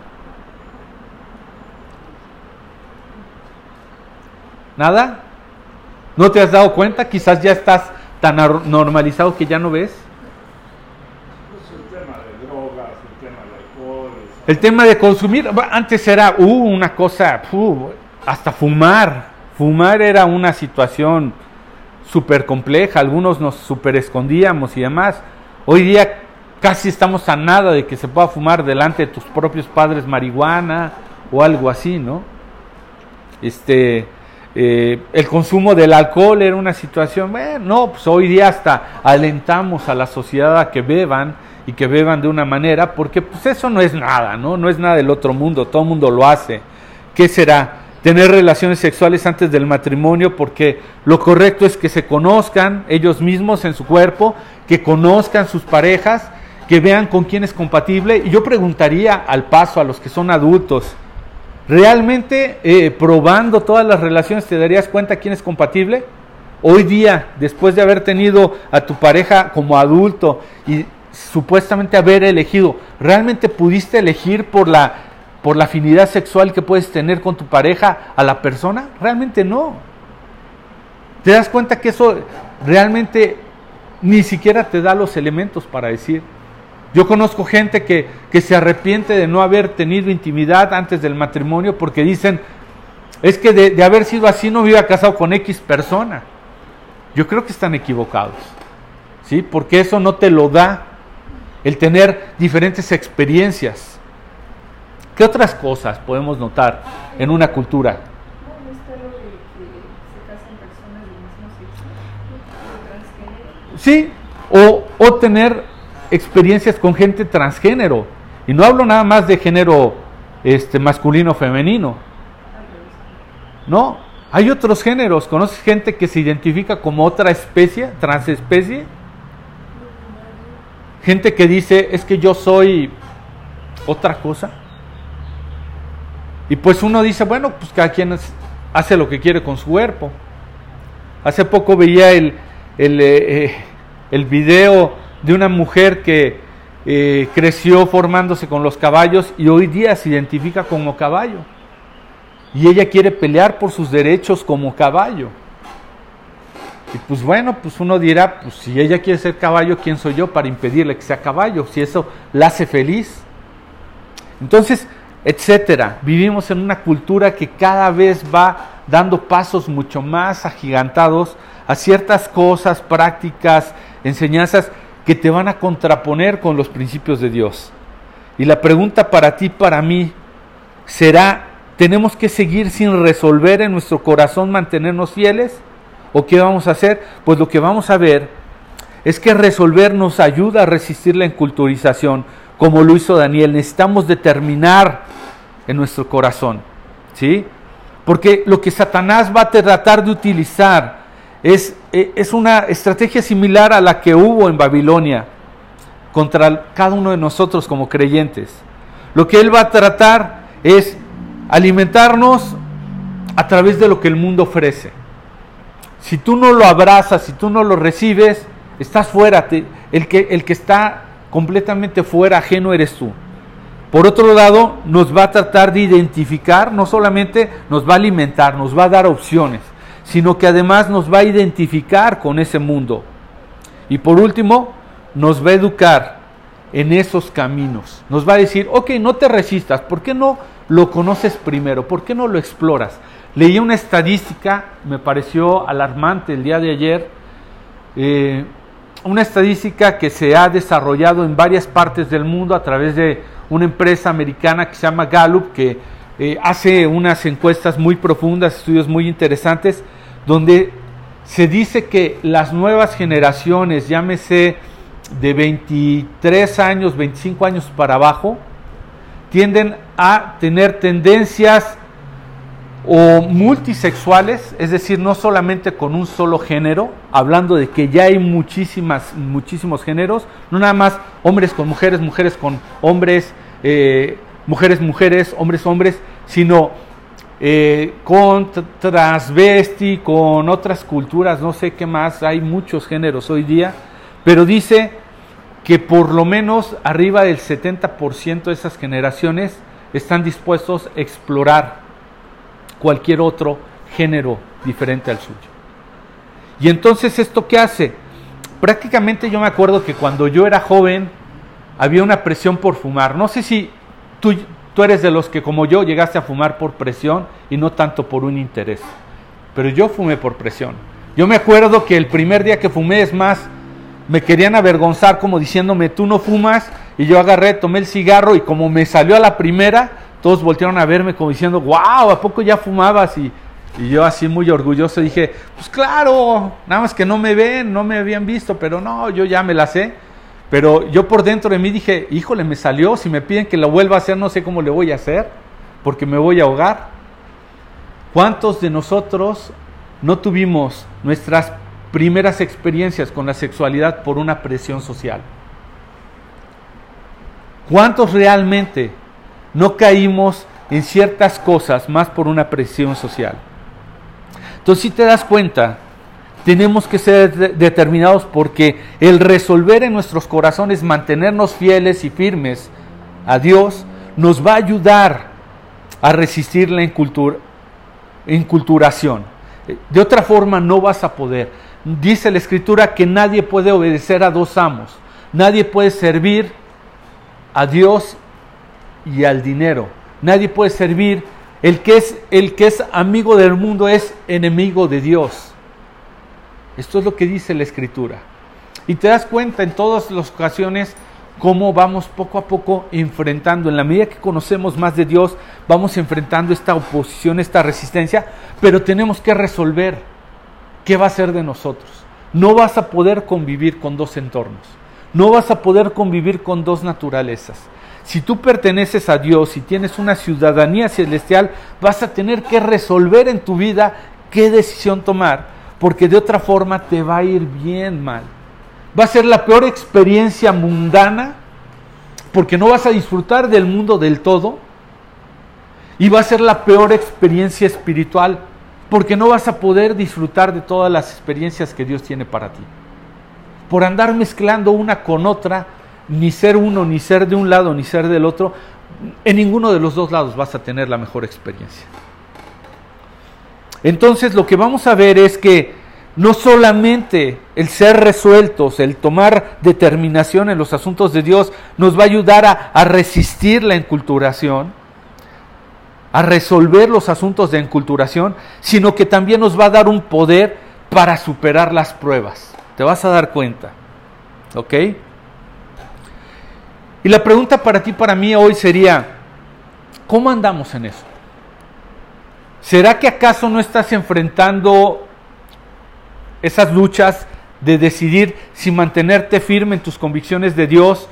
¿Nada? ¿No te has dado cuenta? Quizás ya estás tan normalizado que ya no ves. Pues el tema de drogas, el tema de alcohol. El tema de consumir, antes era uh, una cosa, uh, hasta fumar. Fumar era una situación súper compleja, algunos nos súper escondíamos y demás. Hoy día casi estamos a nada de que se pueda fumar delante de tus propios padres marihuana o algo así, ¿no? Este... Eh, el consumo del alcohol era una situación, bueno, no, pues hoy día hasta alentamos a la sociedad a que beban y que beban de una manera, porque pues eso no es nada, ¿no? No es nada del otro mundo, todo el mundo lo hace. ¿Qué será? Tener relaciones sexuales antes del matrimonio, porque lo correcto es que se conozcan ellos mismos en su cuerpo, que conozcan sus parejas, que vean con quién es compatible. Y yo preguntaría al paso a los que son adultos, ¿realmente eh, probando todas las relaciones te darías cuenta quién es compatible? Hoy día, después de haber tenido a tu pareja como adulto y supuestamente haber elegido. ¿Realmente pudiste elegir por la, por la afinidad sexual que puedes tener con tu pareja a la persona? Realmente no. ¿Te das cuenta que eso realmente ni siquiera te da los elementos para decir? Yo conozco gente que, que se arrepiente de no haber tenido intimidad antes del matrimonio porque dicen, es que de, de haber sido así no me hubiera casado con X persona. Yo creo que están equivocados, ¿sí? Porque eso no te lo da el tener diferentes experiencias. ¿Qué otras cosas podemos notar en una cultura? ¿No está lo de que se casan personas del mismo sexo? ¿O transgénero? Sí, o, o tener experiencias con gente transgénero. Y no hablo nada más de género este, masculino o femenino. No, hay otros géneros. ¿Conoces gente que se identifica como otra especie, transespecie? Gente que dice, es que yo soy otra cosa. Y pues uno dice, bueno, pues cada quien hace lo que quiere con su cuerpo. Hace poco veía el, el, eh, el video de una mujer que eh, creció formándose con los caballos y hoy día se identifica como caballo. Y ella quiere pelear por sus derechos como caballo. Y pues bueno, pues uno dirá, pues si ella quiere ser caballo, ¿quién soy yo para impedirle que sea caballo? Si eso la hace feliz. Entonces, etcétera. Vivimos en una cultura que cada vez va dando pasos mucho más agigantados a ciertas cosas, prácticas, enseñanzas que te van a contraponer con los principios de Dios. Y la pregunta para ti, para mí, será, ¿tenemos que seguir sin resolver en nuestro corazón mantenernos fieles? ¿O qué vamos a hacer? Pues lo que vamos a ver es que resolver nos ayuda a resistir la enculturización, como lo hizo Daniel. Necesitamos determinar en nuestro corazón, ¿sí? Porque lo que Satanás va a tratar de utilizar es, es una estrategia similar a la que hubo en Babilonia contra cada uno de nosotros como creyentes. Lo que él va a tratar es alimentarnos a través de lo que el mundo ofrece. Si tú no lo abrazas, si tú no lo recibes, estás fuera. Te, el, que, el que está completamente fuera, ajeno, eres tú. Por otro lado, nos va a tratar de identificar, no solamente nos va a alimentar, nos va a dar opciones, sino que además nos va a identificar con ese mundo. Y por último, nos va a educar en esos caminos. Nos va a decir, ok, no te resistas, ¿por qué no lo conoces primero? ¿Por qué no lo exploras? Leí una estadística, me pareció alarmante el día de ayer, eh, una estadística que se ha desarrollado en varias partes del mundo a través de una empresa americana que se llama Gallup, que eh, hace unas encuestas muy profundas, estudios muy interesantes, donde se dice que las nuevas generaciones, llámese de veintitrés años, veinticinco años para abajo, tienden a tener tendencias o multisexuales, es decir, no solamente con un solo género, hablando de que ya hay muchísimas, muchísimos géneros, no nada más hombres con mujeres, mujeres con hombres, eh, mujeres, mujeres, hombres, hombres, sino eh, con transvesti, con otras culturas, no sé qué más, hay muchos géneros hoy día, pero dice que por lo menos arriba del setenta por ciento de esas generaciones están dispuestos a explorar cualquier otro género diferente al suyo. Y entonces, ¿esto qué hace? Prácticamente yo me acuerdo que cuando yo era joven había una presión por fumar. No sé si tú, tú eres de los que como yo llegaste a fumar por presión y no tanto por un interés. Pero yo fumé por presión. Yo me acuerdo que el primer día que fumé, es más, me querían avergonzar como diciéndome, tú no fumas, y yo agarré, tomé el cigarro y como me salió a la primera, todos voltearon a verme como diciendo, wow, ¿a poco ya fumabas? Y, y yo así muy orgulloso dije, pues claro, nada más que no me ven, no me habían visto, pero no, yo ya me la sé. Pero yo por dentro de mí dije, híjole, me salió, si me piden que lo vuelva a hacer, no sé cómo le voy a hacer, porque me voy a ahogar. ¿Cuántos de nosotros no tuvimos nuestras primeras experiencias con la sexualidad por una presión social? ¿Cuántos realmente no caímos en ciertas cosas más por una presión social? Entonces, si te das cuenta tenemos que ser de- determinados porque el resolver en nuestros corazones, mantenernos fieles y firmes a Dios, nos va a ayudar a resistir la incultura, inculturación. De otra forma no vas a poder. Dice la Escritura que nadie puede obedecer a dos amos. Nadie puede servir a Dios y al dinero. Nadie puede servir. El que es, el que es amigo del mundo es enemigo de Dios. Esto es lo que dice la Escritura. Y te das cuenta en todas las ocasiones cómo vamos poco a poco enfrentando. En la medida que conocemos más de Dios, vamos enfrentando esta oposición, esta resistencia, pero tenemos que resolver qué va a ser de nosotros. No vas a poder convivir con dos entornos. No vas a poder convivir con dos naturalezas. Si tú perteneces a Dios y tienes una ciudadanía celestial, vas a tener que resolver en tu vida qué decisión tomar, porque de otra forma te va a ir bien mal. Va a ser la peor experiencia mundana, porque no vas a disfrutar del mundo del todo, y va a ser la peor experiencia espiritual, porque no vas a poder disfrutar de todas las experiencias que Dios tiene para ti. Por andar mezclando una con otra, ni ser uno, ni ser de un lado, ni ser del otro, en ninguno de los dos lados vas a tener la mejor experiencia. Entonces lo que vamos a ver es que no solamente el ser resueltos, el tomar determinación en los asuntos de Dios nos va a ayudar a, a resistir la enculturación, a resolver los asuntos de enculturación, sino que también nos va a dar un poder para superar las pruebas. Te vas a dar cuenta, ¿ok? Y la pregunta para ti, para mí hoy sería, ¿cómo andamos en eso? ¿Será que acaso no estás enfrentando esas luchas de decidir si mantenerte firme en tus convicciones de Dios?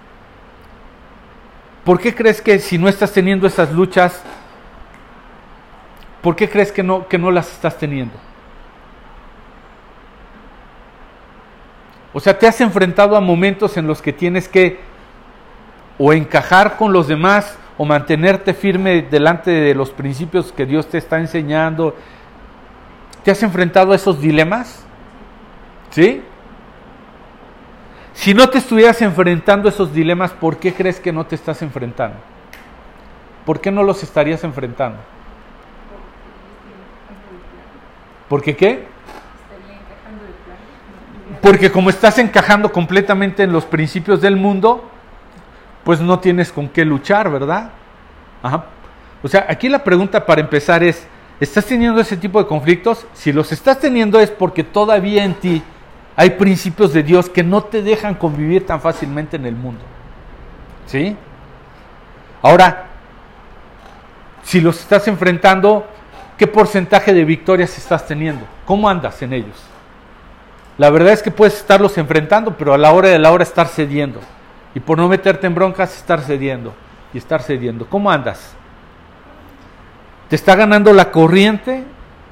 ¿Por qué crees que si no estás teniendo esas luchas, por qué crees que no, que no las estás teniendo? O sea, te has enfrentado a momentos en los que tienes que o encajar con los demás o mantenerte firme delante de los principios que Dios te está enseñando. ¿Te has enfrentado a esos dilemas? ¿Sí? Si no te estuvieras enfrentando a esos dilemas, ¿por qué crees que no te estás enfrentando? ¿Por qué no los estarías enfrentando? ¿Por qué qué? Porque como estás encajando completamente en los principios del mundo, pues no tienes con qué luchar, ¿verdad? Ajá. O sea, aquí la pregunta para empezar es, ¿estás teniendo ese tipo de conflictos? Si los estás teniendo es porque todavía en ti hay principios de Dios que no te dejan convivir tan fácilmente en el mundo. ¿Sí? Ahora, si los estás enfrentando, ¿qué porcentaje de victorias estás teniendo? ¿Cómo andas en ellos? La verdad es que puedes estarlos enfrentando, pero a la hora de la hora estar cediendo. Y por no meterte en broncas, estar cediendo. Y estar cediendo. ¿Cómo andas? ¿Te está ganando la corriente?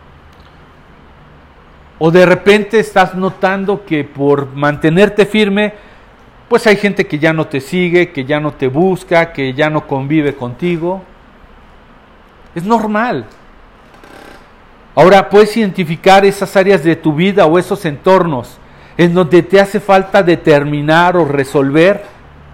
¿O de repente estás notando que por mantenerte firme, pues hay gente que ya no te sigue, que ya no te busca, que ya no convive contigo? Es normal. Ahora, puedes identificar esas áreas de tu vida o esos entornos en donde te hace falta determinar o resolver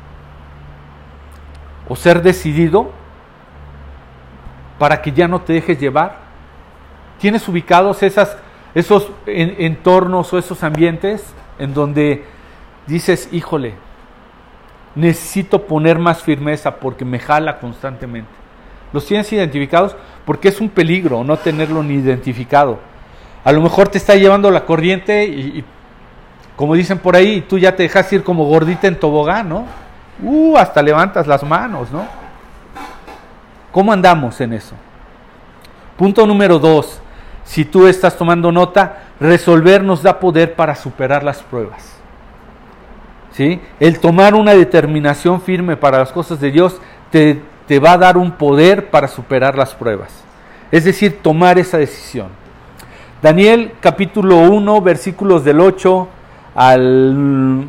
o ser decidido para que ya no te dejes llevar. ¿Tienes ubicados esas, esos en, entornos o esos ambientes en donde dices, híjole, necesito poner más firmeza porque me jala constantemente? ¿Los tienes identificados? Porque es un peligro no tenerlo ni identificado. A lo mejor te está llevando la corriente y, y como dicen por ahí, tú ya te dejas ir como gordita en tobogán, ¿no? Uh, hasta levantas las manos, ¿no? ¿Cómo andamos en eso? Punto número dos. Si tú estás tomando nota, resolver nos da poder para superar las pruebas. ¿Sí? El tomar una determinación firme para las cosas de Dios te, te va a dar un poder para superar las pruebas. Es decir, tomar esa decisión. Daniel capítulo uno, versículos del ocho al...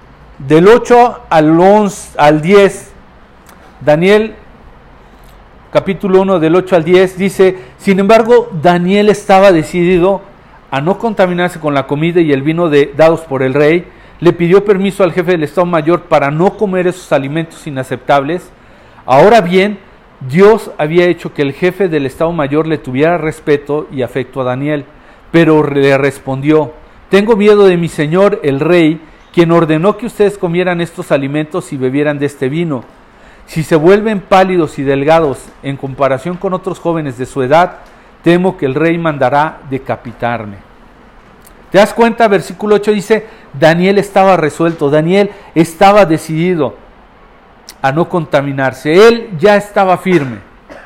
Del ocho al once, al diez, Daniel capítulo uno del ocho al diez, dice: sin embargo, Daniel estaba decidido a no contaminarse con la comida y el vino de, dados por el rey. Le pidió permiso al jefe del Estado Mayor para no comer esos alimentos inaceptables. Ahora bien, Dios había hecho que el jefe del Estado Mayor le tuviera respeto y afecto a Daniel, pero le respondió: tengo miedo de mi señor el rey, quien ordenó que ustedes comieran estos alimentos y bebieran de este vino. Si se vuelven pálidos y delgados en comparación con otros jóvenes de su edad, temo que el rey mandará decapitarme. ¿Te das cuenta? Versículo ocho dice: Daniel estaba resuelto, Daniel estaba decidido a no contaminarse, él ya estaba firme.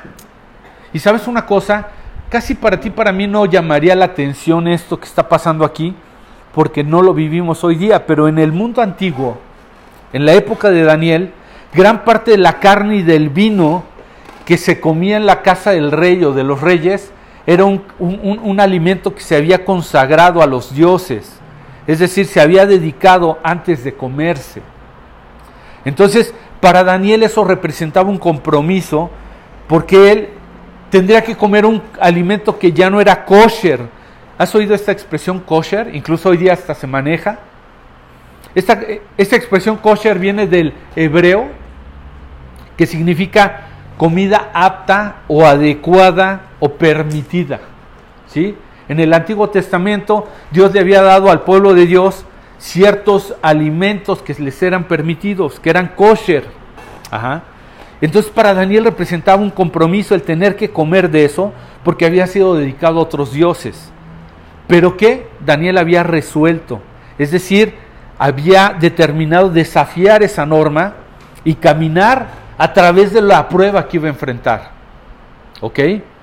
Y sabes una cosa, casi para ti, para mí no llamaría la atención esto que está pasando aquí, porque no lo vivimos hoy día, pero en el mundo antiguo, en la época de Daniel, gran parte de la carne y del vino que se comía en la casa del rey o de los reyes era un, un, un alimento que se había consagrado a los dioses, es decir, se había dedicado antes de comerse. Entonces, para Daniel eso representaba un compromiso, porque él tendría que comer un alimento que ya no era kosher. ¿Has oído esta expresión kosher? Incluso hoy día hasta se maneja. Esta, esta expresión kosher viene del hebreo, que significa comida apta o adecuada o permitida, ¿sí? En el Antiguo Testamento, Dios le había dado al pueblo de Dios ciertos alimentos que les eran permitidos, que eran kosher. Ajá. Entonces para Daniel representaba un compromiso el tener que comer de eso, porque había sido dedicado a otros dioses. Pero que Daniel había resuelto, es decir, había determinado desafiar esa norma y caminar a través de la prueba que iba a enfrentar. ¿Ok?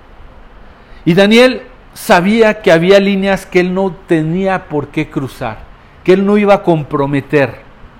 Y Daniel sabía que había líneas que él no tenía por qué cruzar, que él no iba a comprometer.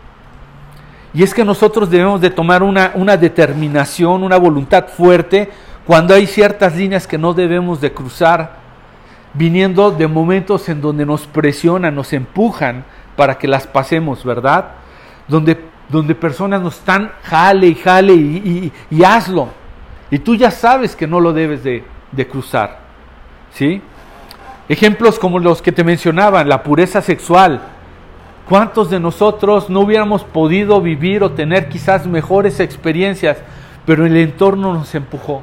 Y es que nosotros debemos de tomar una, una determinación, una voluntad fuerte, cuando hay ciertas líneas que no debemos de cruzar, viniendo de momentos en donde nos presionan, nos empujan para que las pasemos, ¿verdad? Donde, donde personas nos están jale y jale y, y, y hazlo. Y tú ya sabes que no lo debes de, de cruzar, ¿sí? Ejemplos como los que te mencionaban, la pureza sexual. ¿Cuántos de nosotros no hubiéramos podido vivir o tener quizás mejores experiencias, pero el entorno nos empujó?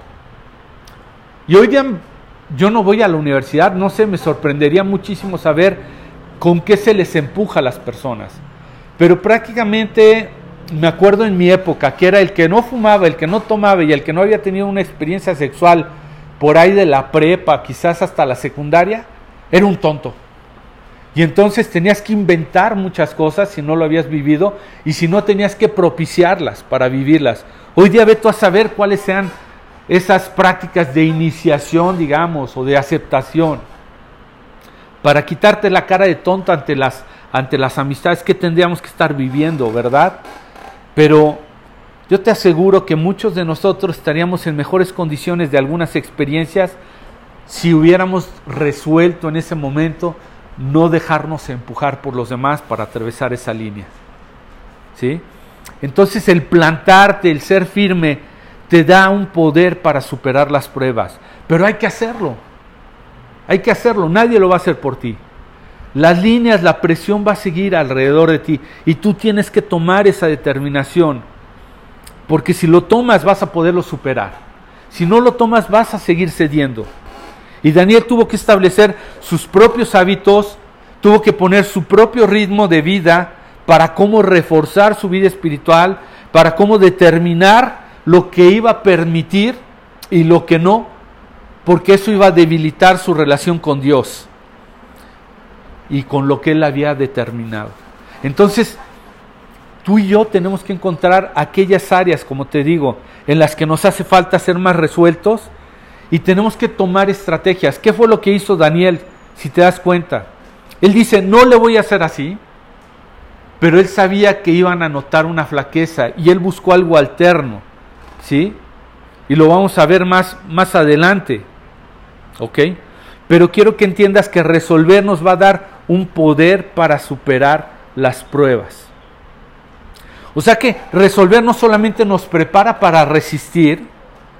Y hoy día yo no voy a la universidad, no sé, me sorprendería muchísimo saber con qué se les empuja a las personas. Pero prácticamente me acuerdo en mi época que era el que no fumaba, el que no tomaba y el que no había tenido una experiencia sexual por ahí de la prepa, quizás hasta la secundaria, era un tonto. Y entonces tenías que inventar muchas cosas si no lo habías vivido, y si no, tenías que propiciarlas para vivirlas. Hoy día ve tú a saber cuáles sean esas prácticas de iniciación, digamos, o de aceptación, para quitarte la cara de tonto ante las, ante las amistades que tendríamos que estar viviendo, ¿verdad? Pero yo te aseguro que muchos de nosotros estaríamos en mejores condiciones de algunas experiencias si hubiéramos resuelto en ese momento no dejarnos empujar por los demás para atravesar esa línea, ¿sí? Entonces el plantarte, el ser firme, te da un poder para superar las pruebas, pero hay que hacerlo, hay que hacerlo, nadie lo va a hacer por ti. Las líneas, la presión va a seguir alrededor de ti y tú tienes que tomar esa determinación, porque si lo tomas vas a poderlo superar, si no lo tomas vas a seguir cediendo. Y Daniel tuvo que establecer sus propios hábitos, tuvo que poner su propio ritmo de vida para cómo reforzar su vida espiritual, para cómo determinar lo que iba a permitir y lo que no, porque eso iba a debilitar su relación con Dios y con lo que él había determinado. Entonces, tú y yo tenemos que encontrar aquellas áreas, como te digo, en las que nos hace falta ser más resueltos, y tenemos que tomar estrategias. ¿Qué fue lo que hizo Daniel? Si te das cuenta, él dice, no le voy a hacer así, pero él sabía que iban a notar una flaqueza y él buscó algo alterno, ¿sí? Y lo vamos a ver más, más adelante, ¿ok? Pero quiero que entiendas que resolver nos va a dar un poder para superar las pruebas. O sea que resolver no solamente nos prepara para resistir,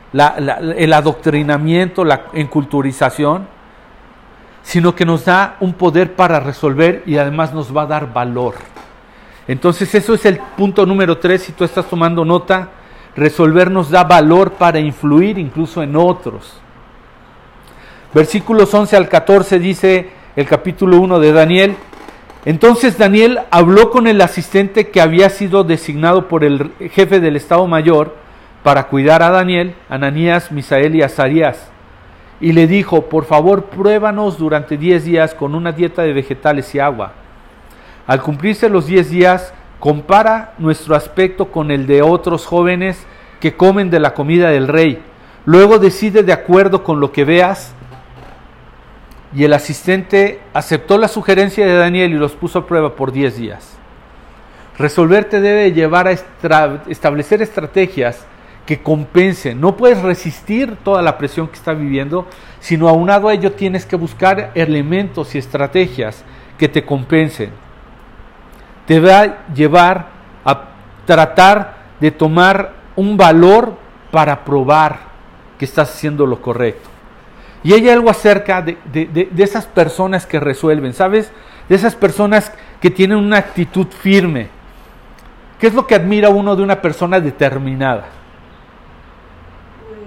la, la, el adoctrinamiento, la enculturización, sino que nos da un poder para resolver y además nos va a dar valor. Entonces eso es el punto número tres, si tú estás tomando nota. Resolver nos da valor para influir incluso en otros. Versículos once al catorce dice el capítulo uno de Daniel. Entonces Daniel habló con el asistente que había sido designado por el jefe del Estado Mayor para cuidar a Daniel, Ananías, Misael y Azarías. Y le dijo, por favor, pruébanos durante diez días con una dieta de vegetales y agua. Al cumplirse los diez días, compara nuestro aspecto con el de otros jóvenes que comen de la comida del rey. Luego decide de acuerdo con lo que veas. Y el asistente aceptó la sugerencia de Daniel y los puso a prueba por diez días. Resolver te debe llevar a estra- establecer estrategias que compensen. No puedes resistir toda la presión que está viviendo, sino aunado a ello tienes que buscar elementos y estrategias que te compensen. Te va a llevar a tratar de tomar un valor para probar que estás haciendo lo correcto. Y hay algo acerca de, de, de, de esas personas que resuelven, ¿sabes? De esas personas que tienen una actitud firme. ¿Qué es lo que admira uno de una persona determinada? Pues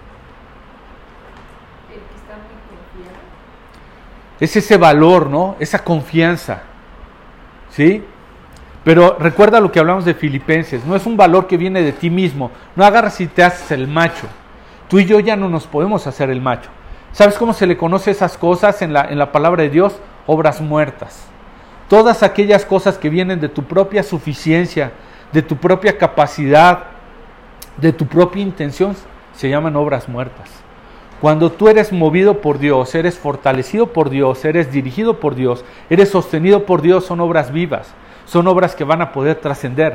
el que está muy confiado. Es ese valor, ¿no? Esa confianza. ¿Sí? Pero recuerda lo que hablamos de Filipenses. No es un valor que viene de ti mismo. No agarras y te haces el macho. Tú y yo ya no nos podemos hacer el macho. ¿Sabes cómo se le conoce esas cosas en la, en la palabra de Dios? Obras muertas. Todas aquellas cosas que vienen de tu propia suficiencia, de tu propia capacidad, de tu propia intención, se llaman obras muertas. Cuando tú eres movido por Dios, eres fortalecido por Dios, eres dirigido por Dios, eres sostenido por Dios, son obras vivas, son obras que van a poder trascender.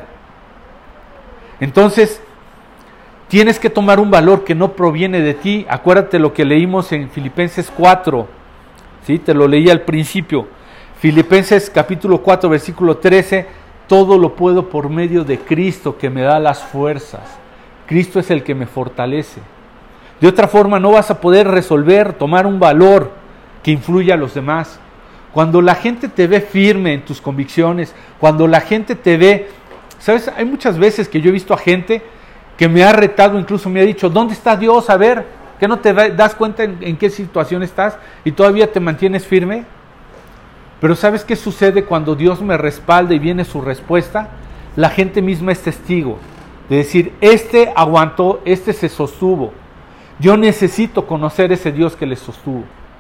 Entonces, tienes que tomar un valor que no proviene de ti. Acuérdate lo que leímos en Filipenses cuatro, ¿sí? Te lo leí al principio. Filipenses capítulo cuatro, versículo trece, todo lo puedo por medio de Cristo que me da las fuerzas. Cristo es el que me fortalece. De otra forma no vas a poder resolver, tomar un valor que influya a los demás. Cuando la gente te ve firme en tus convicciones, cuando la gente te ve, ¿sabes? Hay muchas veces que yo he visto a gente que me ha retado, incluso me ha dicho, ¿dónde está Dios? A ver, ¿que no te das cuenta en, en qué situación estás y todavía te mantienes firme? Pero ¿sabes qué sucede cuando Dios me respalda y viene su respuesta? La gente misma es testigo de decir, este aguantó, este se sostuvo. Yo necesito conocer ese Dios que le sostuvo.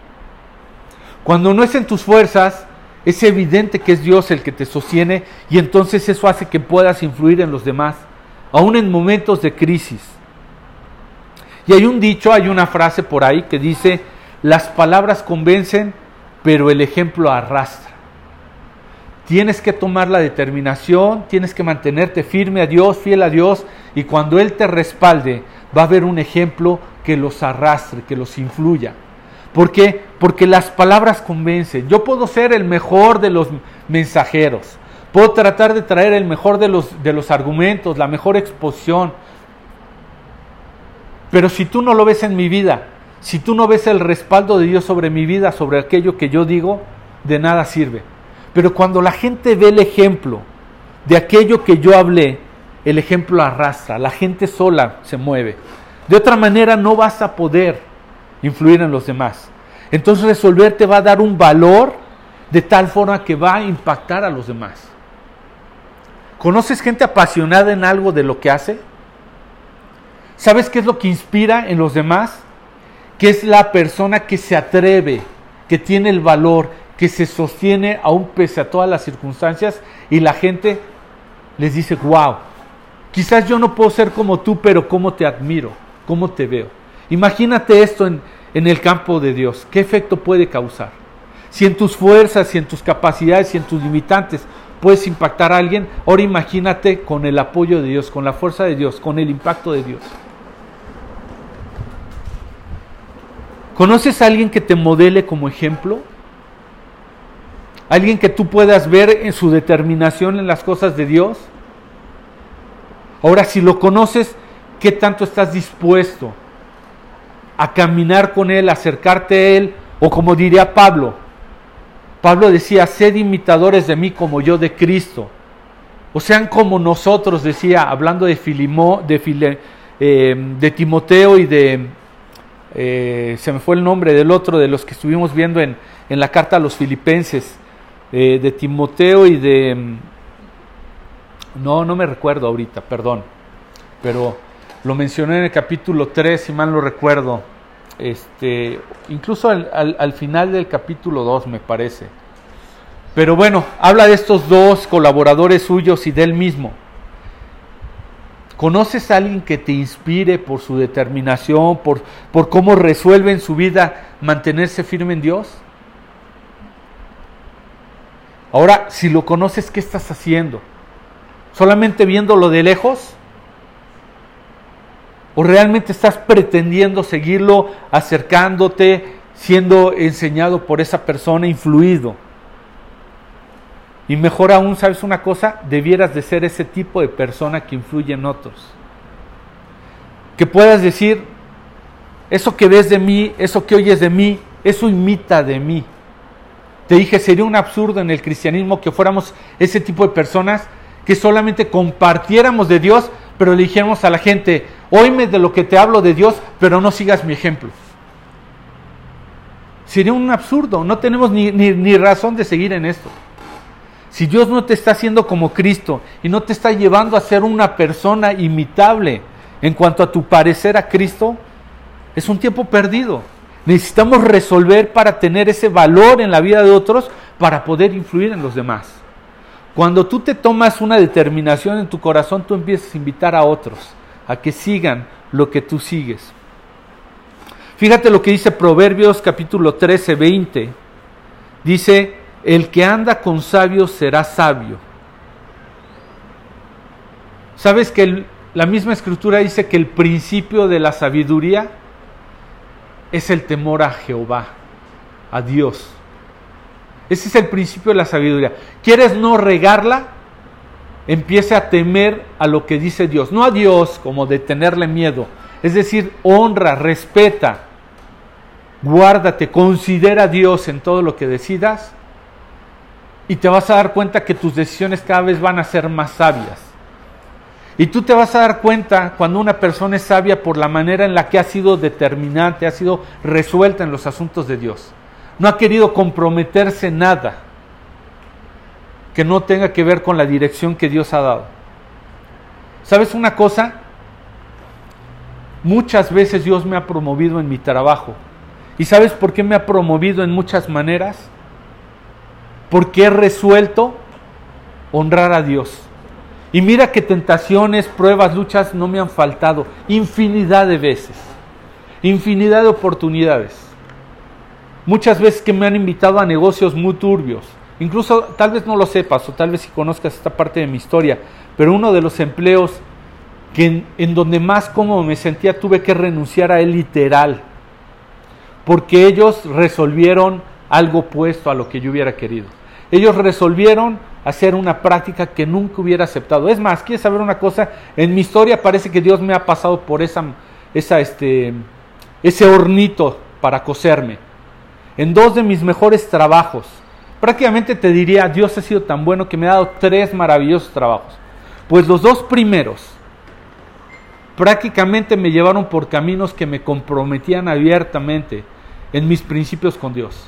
Cuando no es en tus fuerzas, es evidente que es Dios el que te sostiene y entonces eso hace que puedas influir en los demás, aún en momentos de crisis. Y hay un dicho, hay una frase por ahí que dice, las palabras convencen, pero el ejemplo arrastra. Tienes que tomar la determinación, tienes que mantenerte firme a Dios, fiel a Dios, y cuando Él te respalde, va a haber un ejemplo que los arrastre, que los influya. ¿Por qué? Porque las palabras convencen. Yo puedo ser el mejor de los mensajeros, puedo tratar de traer el mejor de los, de los argumentos, la mejor exposición, pero si tú no lo ves en mi vida, si tú no ves el respaldo de Dios sobre mi vida, sobre aquello que yo digo, de nada sirve. Pero cuando la gente ve el ejemplo de aquello que yo hablé, el ejemplo arrastra, la gente sola se mueve. De otra manera no vas a poder influir en los demás. Entonces resolver te va a dar un valor de tal forma que va a impactar a los demás. ¿Conoces gente apasionada en algo de lo que hace? ¿Sabes qué es lo que inspira en los demás? Que es la persona que se atreve, que tiene el valor, que se sostiene aún pese a todas las circunstancias y la gente les dice, wow, quizás yo no puedo ser como tú, pero cómo te admiro, cómo te veo. Imagínate esto en, en el campo de Dios, ¿qué efecto puede causar? Si en tus fuerzas, si en tus capacidades, si en tus limitantes puedes impactar a alguien, ahora imagínate con el apoyo de Dios, con la fuerza de Dios, con el impacto de Dios. ¿Conoces a alguien que te modele como ejemplo? ¿Alguien que tú puedas ver en su determinación en las cosas de Dios? Ahora, si lo conoces, ¿qué tanto estás dispuesto a caminar con Él, a acercarte a Él, o como diría Pablo, Pablo decía, sed imitadores de mí como yo de Cristo, o sean como nosotros, decía, hablando de Filimó, de, File, eh, de Timoteo y de, eh, se me fue el nombre del otro, de los que estuvimos viendo en, en la carta a los Filipenses, eh, de Timoteo y de, no, no me recuerdo ahorita, perdón, pero lo mencioné en el capítulo tres, si mal no recuerdo, este, incluso al, al, al final del capítulo dos me parece. Pero bueno, habla de estos dos colaboradores suyos y de él mismo. ¿Conoces a alguien que te inspire por su determinación, por, por cómo resuelve en su vida mantenerse firme en Dios? Ahora, si lo conoces, ¿qué estás haciendo? ¿Solamente viéndolo de lejos? ¿O realmente estás pretendiendo seguirlo, acercándote, siendo enseñado por esa persona, influido? Y mejor aún, ¿sabes una cosa? Debieras de ser ese tipo de persona que influye en otros. Que puedas decir, eso que ves de mí, eso que oyes de mí, eso imita de mí. Te dije, sería un absurdo en el cristianismo que fuéramos ese tipo de personas que solamente compartiéramos de Dios, pero le dijéramos a la gente, óyeme de lo que te hablo de Dios, pero no sigas mi ejemplo. Sería un absurdo, no tenemos ni, ni, ni razón de seguir en esto. Si Dios no te está haciendo como Cristo y no te está llevando a ser una persona imitable en cuanto a tu parecer a Cristo, es un tiempo perdido. Necesitamos resolver para tener ese valor en la vida de otros para poder influir en los demás. Cuando tú te tomas una determinación en tu corazón, tú empiezas a invitar a otros a que sigan lo que tú sigues. Fíjate lo que dice Proverbios capítulo trece, veinte. Dice, el que anda con sabios será sabio. ¿Sabes que el, la misma escritura dice que el principio de la sabiduría es el temor a Jehová, a Dios? Ese es el principio de la sabiduría. ¿Quieres no regarla? Empiece a temer a lo que dice Dios. No a Dios como de tenerle miedo. Es decir, honra, respeta, guárdate, considera a Dios en todo lo que decidas. Y te vas a dar cuenta que tus decisiones cada vez van a ser más sabias. Y tú te vas a dar cuenta cuando una persona es sabia por la manera en la que ha sido determinante, ha sido resuelta en los asuntos de Dios. No ha querido comprometerse en nada que no tenga que ver con la dirección que Dios ha dado. ¿Sabes una cosa? Muchas veces Dios me ha promovido en mi trabajo. ¿Y sabes por qué me ha promovido en muchas maneras? Porque he resuelto honrar a Dios. Y mira que tentaciones, pruebas, luchas no me han faltado. Infinidad de veces. Infinidad de oportunidades. Muchas veces que me han invitado a negocios muy turbios. Incluso tal vez no lo sepas o tal vez si conozcas esta parte de mi historia. Pero uno de los empleos que en, en donde más cómodo me sentía tuve que renunciar a él literal. Porque ellos resolvieron algo opuesto a lo que yo hubiera querido. Ellos resolvieron hacer una práctica que nunca hubiera aceptado. Es más, ¿quieres saber una cosa? En mi historia parece que Dios me ha pasado por esa, esa, este, ese hornito para cocerme. En dos de mis mejores trabajos, prácticamente te diría, Dios ha sido tan bueno que me ha dado tres maravillosos trabajos. Pues los dos primeros prácticamente me llevaron por caminos que me comprometían abiertamente en mis principios con Dios.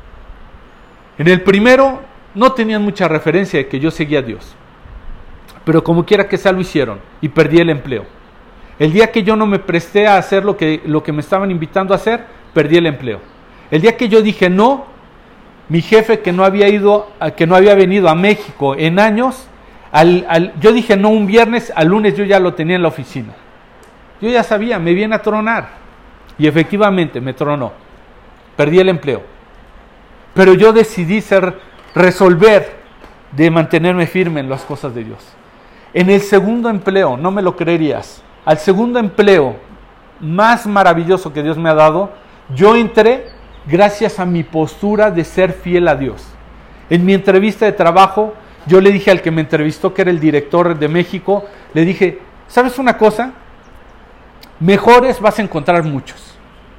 En el primero no tenían mucha referencia de que yo seguía a Dios, pero como quiera que sea lo hicieron y perdí el empleo. El día que yo no me presté a hacer lo que, lo que me estaban invitando a hacer, perdí el empleo. El día que yo dije no, mi jefe que no había ido, que no había venido a México en años, al, al, yo dije no un viernes, al lunes yo ya lo tenía en la oficina. Yo ya sabía, me viene a tronar. Y efectivamente me tronó. Perdí el empleo. Pero yo decidí ser, resolver de mantenerme firme en las cosas de Dios. En el segundo empleo, no me lo creerías, al segundo empleo más maravilloso que Dios me ha dado, yo entré gracias a mi postura de ser fiel a Dios. En mi entrevista de trabajo, yo le dije al que me entrevistó, que era el director de México, le dije, ¿sabes una cosa? Mejores vas a encontrar muchos.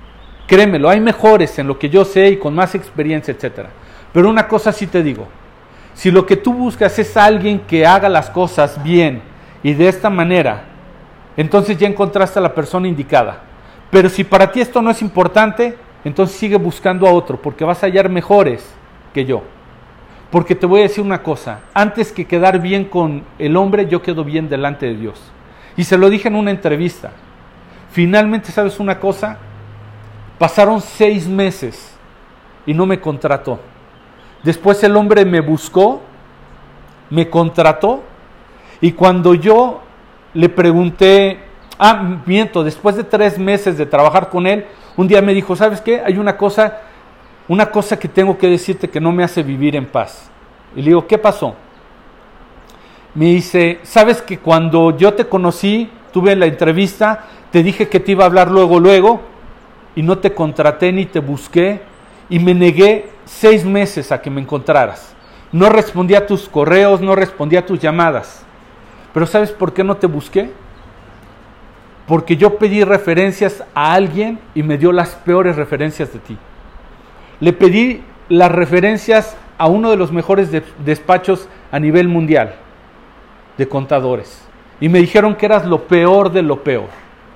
Créemelo, hay mejores en lo que yo sé y con más experiencia, etcétera. Pero una cosa sí te digo, si lo que tú buscas es alguien que haga las cosas bien y de esta manera, entonces ya encontraste a la persona indicada. Pero si para ti esto no es importante, entonces sigue buscando a otro, porque vas a hallar mejores que yo. Porque te voy a decir una cosa, antes que quedar bien con el hombre, yo quedo bien delante de Dios. Y se lo dije en una entrevista. Finalmente, ¿sabes una cosa? Pasaron seis meses y no me contrató. Después el hombre me buscó, me contrató, y cuando yo le pregunté, ah, miento, después de tres meses de trabajar con él, un día me dijo, ¿sabes qué? Hay una cosa, una cosa que tengo que decirte que no me hace vivir en paz. Y le digo, ¿qué pasó? Me dice, ¿sabes que cuando yo te conocí, tuve la entrevista, te dije que te iba a hablar luego, luego, y no te contraté ni te busqué, y me negué seis meses a que me encontraras. No respondí a tus correos, no respondí a tus llamadas. Pero ¿sabes por qué no te busqué? Porque yo pedí referencias a alguien y me dio las peores referencias de ti. Le pedí las referencias a uno de los mejores de- despachos a nivel mundial de contadores. Y me dijeron que eras lo peor de lo peor.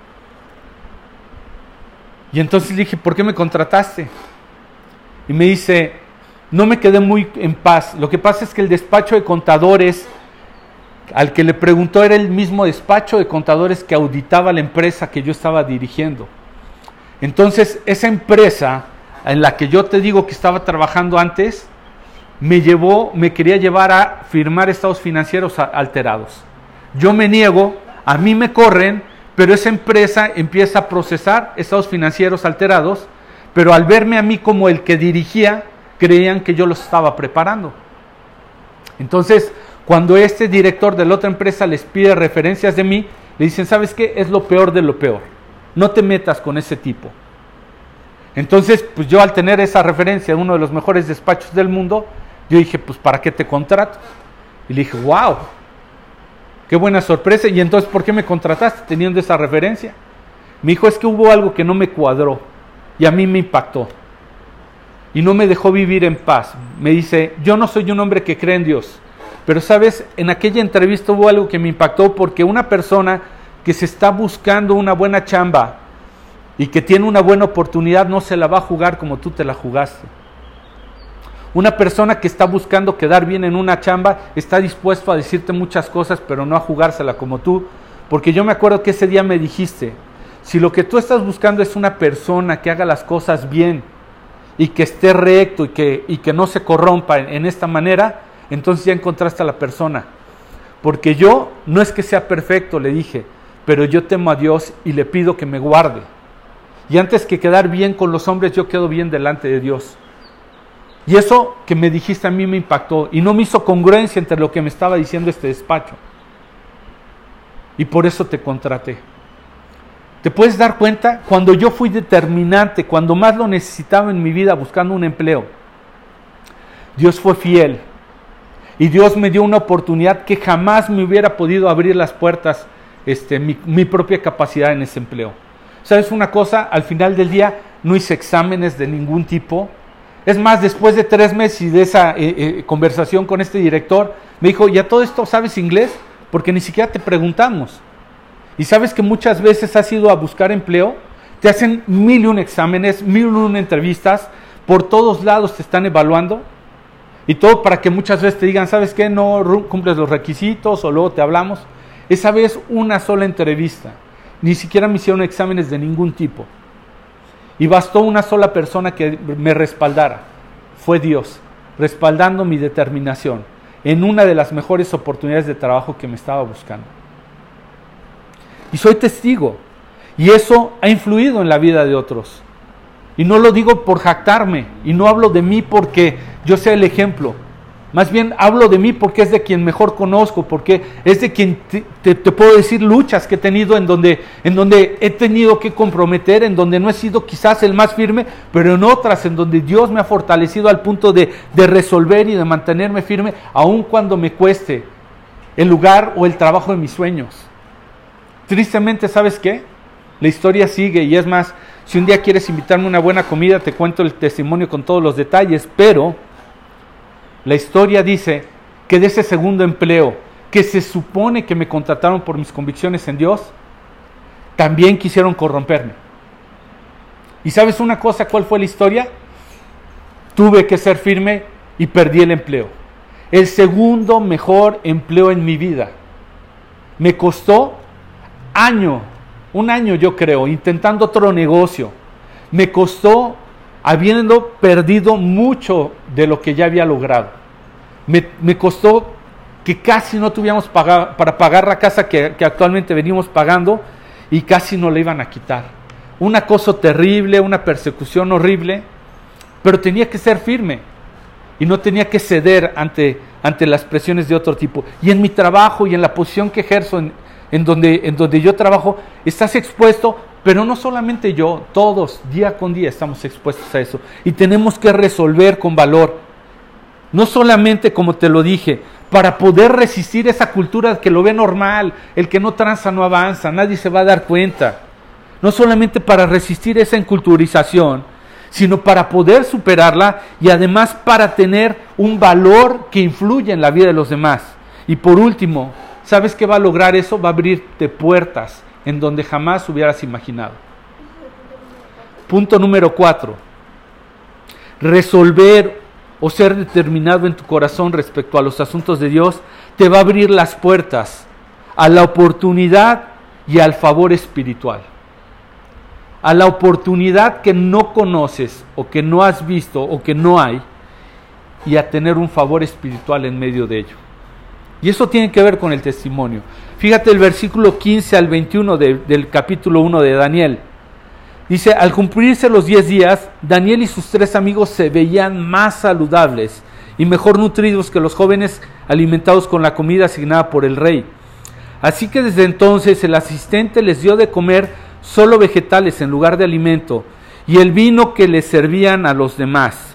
Y entonces le dije, ¿por qué me contrataste? Y me dice, no me quedé muy en paz. Lo que pasa es que el despacho de contadores, al que le preguntó, era el mismo despacho de contadores que auditaba la empresa que yo estaba dirigiendo. Entonces, esa empresa en la que yo te digo que estaba trabajando antes, me llevó, me quería llevar a firmar estados financieros alterados. Yo me niego, a mí me corren, pero esa empresa empieza a procesar estados financieros alterados, pero al verme a mí como el que dirigía, creían que yo los estaba preparando. Entonces, cuando este director de la otra empresa les pide referencias de mí, le dicen, ¿sabes qué? Es lo peor de lo peor. No te metas con ese tipo. Entonces, pues yo al tener esa referencia de uno de los mejores despachos del mundo, yo dije, pues ¿para qué te contrato? Y le dije, wow, qué buena sorpresa. Y entonces, ¿por qué me contrataste teniendo esa referencia? Me dijo, es que hubo algo que no me cuadró y a mí me impactó. Y no me dejó vivir en paz. Me dice, yo no soy un hombre que cree en Dios. Pero sabes, en aquella entrevista hubo algo que me impactó, porque una persona que se está buscando una buena chamba y que tiene una buena oportunidad no se la va a jugar como tú te la jugaste. Una persona que está buscando quedar bien en una chamba está dispuesto a decirte muchas cosas, pero no a jugársela como tú. Porque yo me acuerdo que ese día me dijiste, si lo que tú estás buscando es una persona que haga las cosas bien y que esté recto y que, y que no se corrompa en, en esta manera, entonces ya encontraste a la persona. Porque yo no es que sea perfecto, le dije, pero yo temo a Dios y le pido que me guarde. Y antes que quedar bien con los hombres, yo quedo bien delante de Dios. Y eso que me dijiste a mí me impactó y no me hizo congruencia entre lo que me estaba diciendo este despacho. Y por eso te contraté. ¿Te puedes dar cuenta? Cuando yo fui determinante, cuando más lo necesitaba en mi vida buscando un empleo, Dios fue fiel. Y Dios me dio una oportunidad que jamás me hubiera podido abrir las puertas, este, mi, mi propia capacidad en ese empleo. ¿Sabes una cosa? Al final del día no hice exámenes de ningún tipo. Es más, después de tres meses y de esa eh, eh, conversación con este director, me dijo, ¿ya todo esto sabes inglés? Porque ni siquiera te preguntamos. Y sabes que muchas veces has ido a buscar empleo, te hacen mil y un exámenes, mil y una entrevistas, por todos lados te están evaluando, y todo para que muchas veces te digan, ¿sabes qué? No cumples los requisitos, o luego te hablamos. Esa vez una sola entrevista, ni siquiera me hicieron exámenes de ningún tipo. Y bastó una sola persona que me respaldara, fue Dios, respaldando mi determinación en una de las mejores oportunidades de trabajo que me estaba buscando. Y soy testigo, y eso ha influido en la vida de otros. Y no lo digo por jactarme, y no hablo de mí porque yo sea el ejemplo. Más bien hablo de mí porque es de quien mejor conozco, porque es de quien te, te, te puedo decir luchas que he tenido en donde, en donde he tenido que comprometer, en donde no he sido quizás el más firme, pero en otras en donde Dios me ha fortalecido al punto de, de resolver y de mantenerme firme, aun cuando me cueste el lugar o el trabajo de mis sueños. Tristemente, ¿sabes qué? La historia sigue, y es más, Si un día quieres invitarme a una buena comida, te cuento el testimonio con todos los detalles, pero la historia dice que de ese segundo empleo, que se supone que me contrataron por mis convicciones en Dios, también quisieron corromperme. ¿Y sabes una cosa? ¿Cuál fue la historia? Tuve que ser firme y perdí el empleo. El segundo mejor empleo en mi vida. Me costó año, un año yo creo, intentando otro negocio. Me costó habiendo perdido mucho de lo que ya había logrado. Me, me costó que casi no tuviéramos pagar, para pagar la casa que, que actualmente venimos pagando y casi no la iban a quitar. Un acoso terrible, una persecución horrible, pero tenía que ser firme y no tenía que ceder ante, ante las presiones de otro tipo. Y en mi trabajo y en la posición que ejerzo, en, en, donde, en donde yo trabajo, estás expuesto, pero no solamente yo, todos, día con día estamos expuestos a eso. Y tenemos que resolver con valor. No solamente, como te lo dije, para poder resistir esa cultura que lo ve normal, el que no tranza no avanza, nadie se va a dar cuenta. No solamente para resistir esa enculturización, sino para poder superarla y además para tener un valor que influye en la vida de los demás. Y por último, ¿sabes qué va a lograr eso? Va a abrirte puertas en donde jamás hubieras imaginado. Punto número cuatro. Resolver o ser determinado en tu corazón respecto a los asuntos de Dios te va a abrir las puertas a la oportunidad y al favor espiritual. A la oportunidad que no conoces o que no has visto o que no hay, y a tener un favor espiritual en medio de ello. Y eso tiene que ver con el testimonio. Fíjate el versículo quince al veintiuno de, del capítulo uno de Daniel. Dice, al cumplirse los diez días, Daniel y sus tres amigos se veían más saludables y mejor nutridos que los jóvenes alimentados con la comida asignada por el rey. Así que desde entonces el asistente les dio de comer solo vegetales en lugar de alimento, y el vino que les servían a los demás.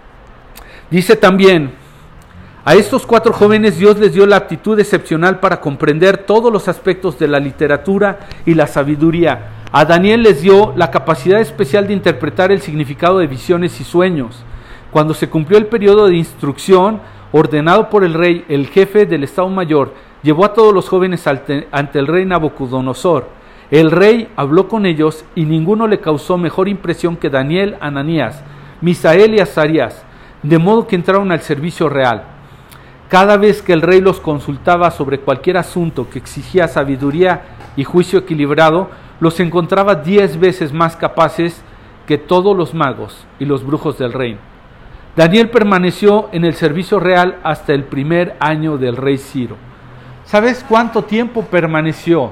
Dice también, a estos cuatro jóvenes Dios les dio la aptitud excepcional para comprender todos los aspectos de la literatura y la sabiduría. A Daniel les dio la capacidad especial de interpretar el significado de visiones y sueños. Cuando se cumplió el periodo de instrucción ordenado por el rey, el jefe del Estado Mayor llevó a todos los jóvenes ante, ante el rey Nabucodonosor. El rey habló con ellos y ninguno le causó mejor impresión que Daniel, Ananías, Misael y Azarías, de modo que entraron al servicio real. Cada vez que el rey los consultaba sobre cualquier asunto que exigía sabiduría y juicio equilibrado, los encontraba diez veces más capaces que todos los magos y los brujos del reino. Daniel permaneció en el servicio real hasta el primer año del rey Ciro. ¿Sabes cuánto tiempo permaneció?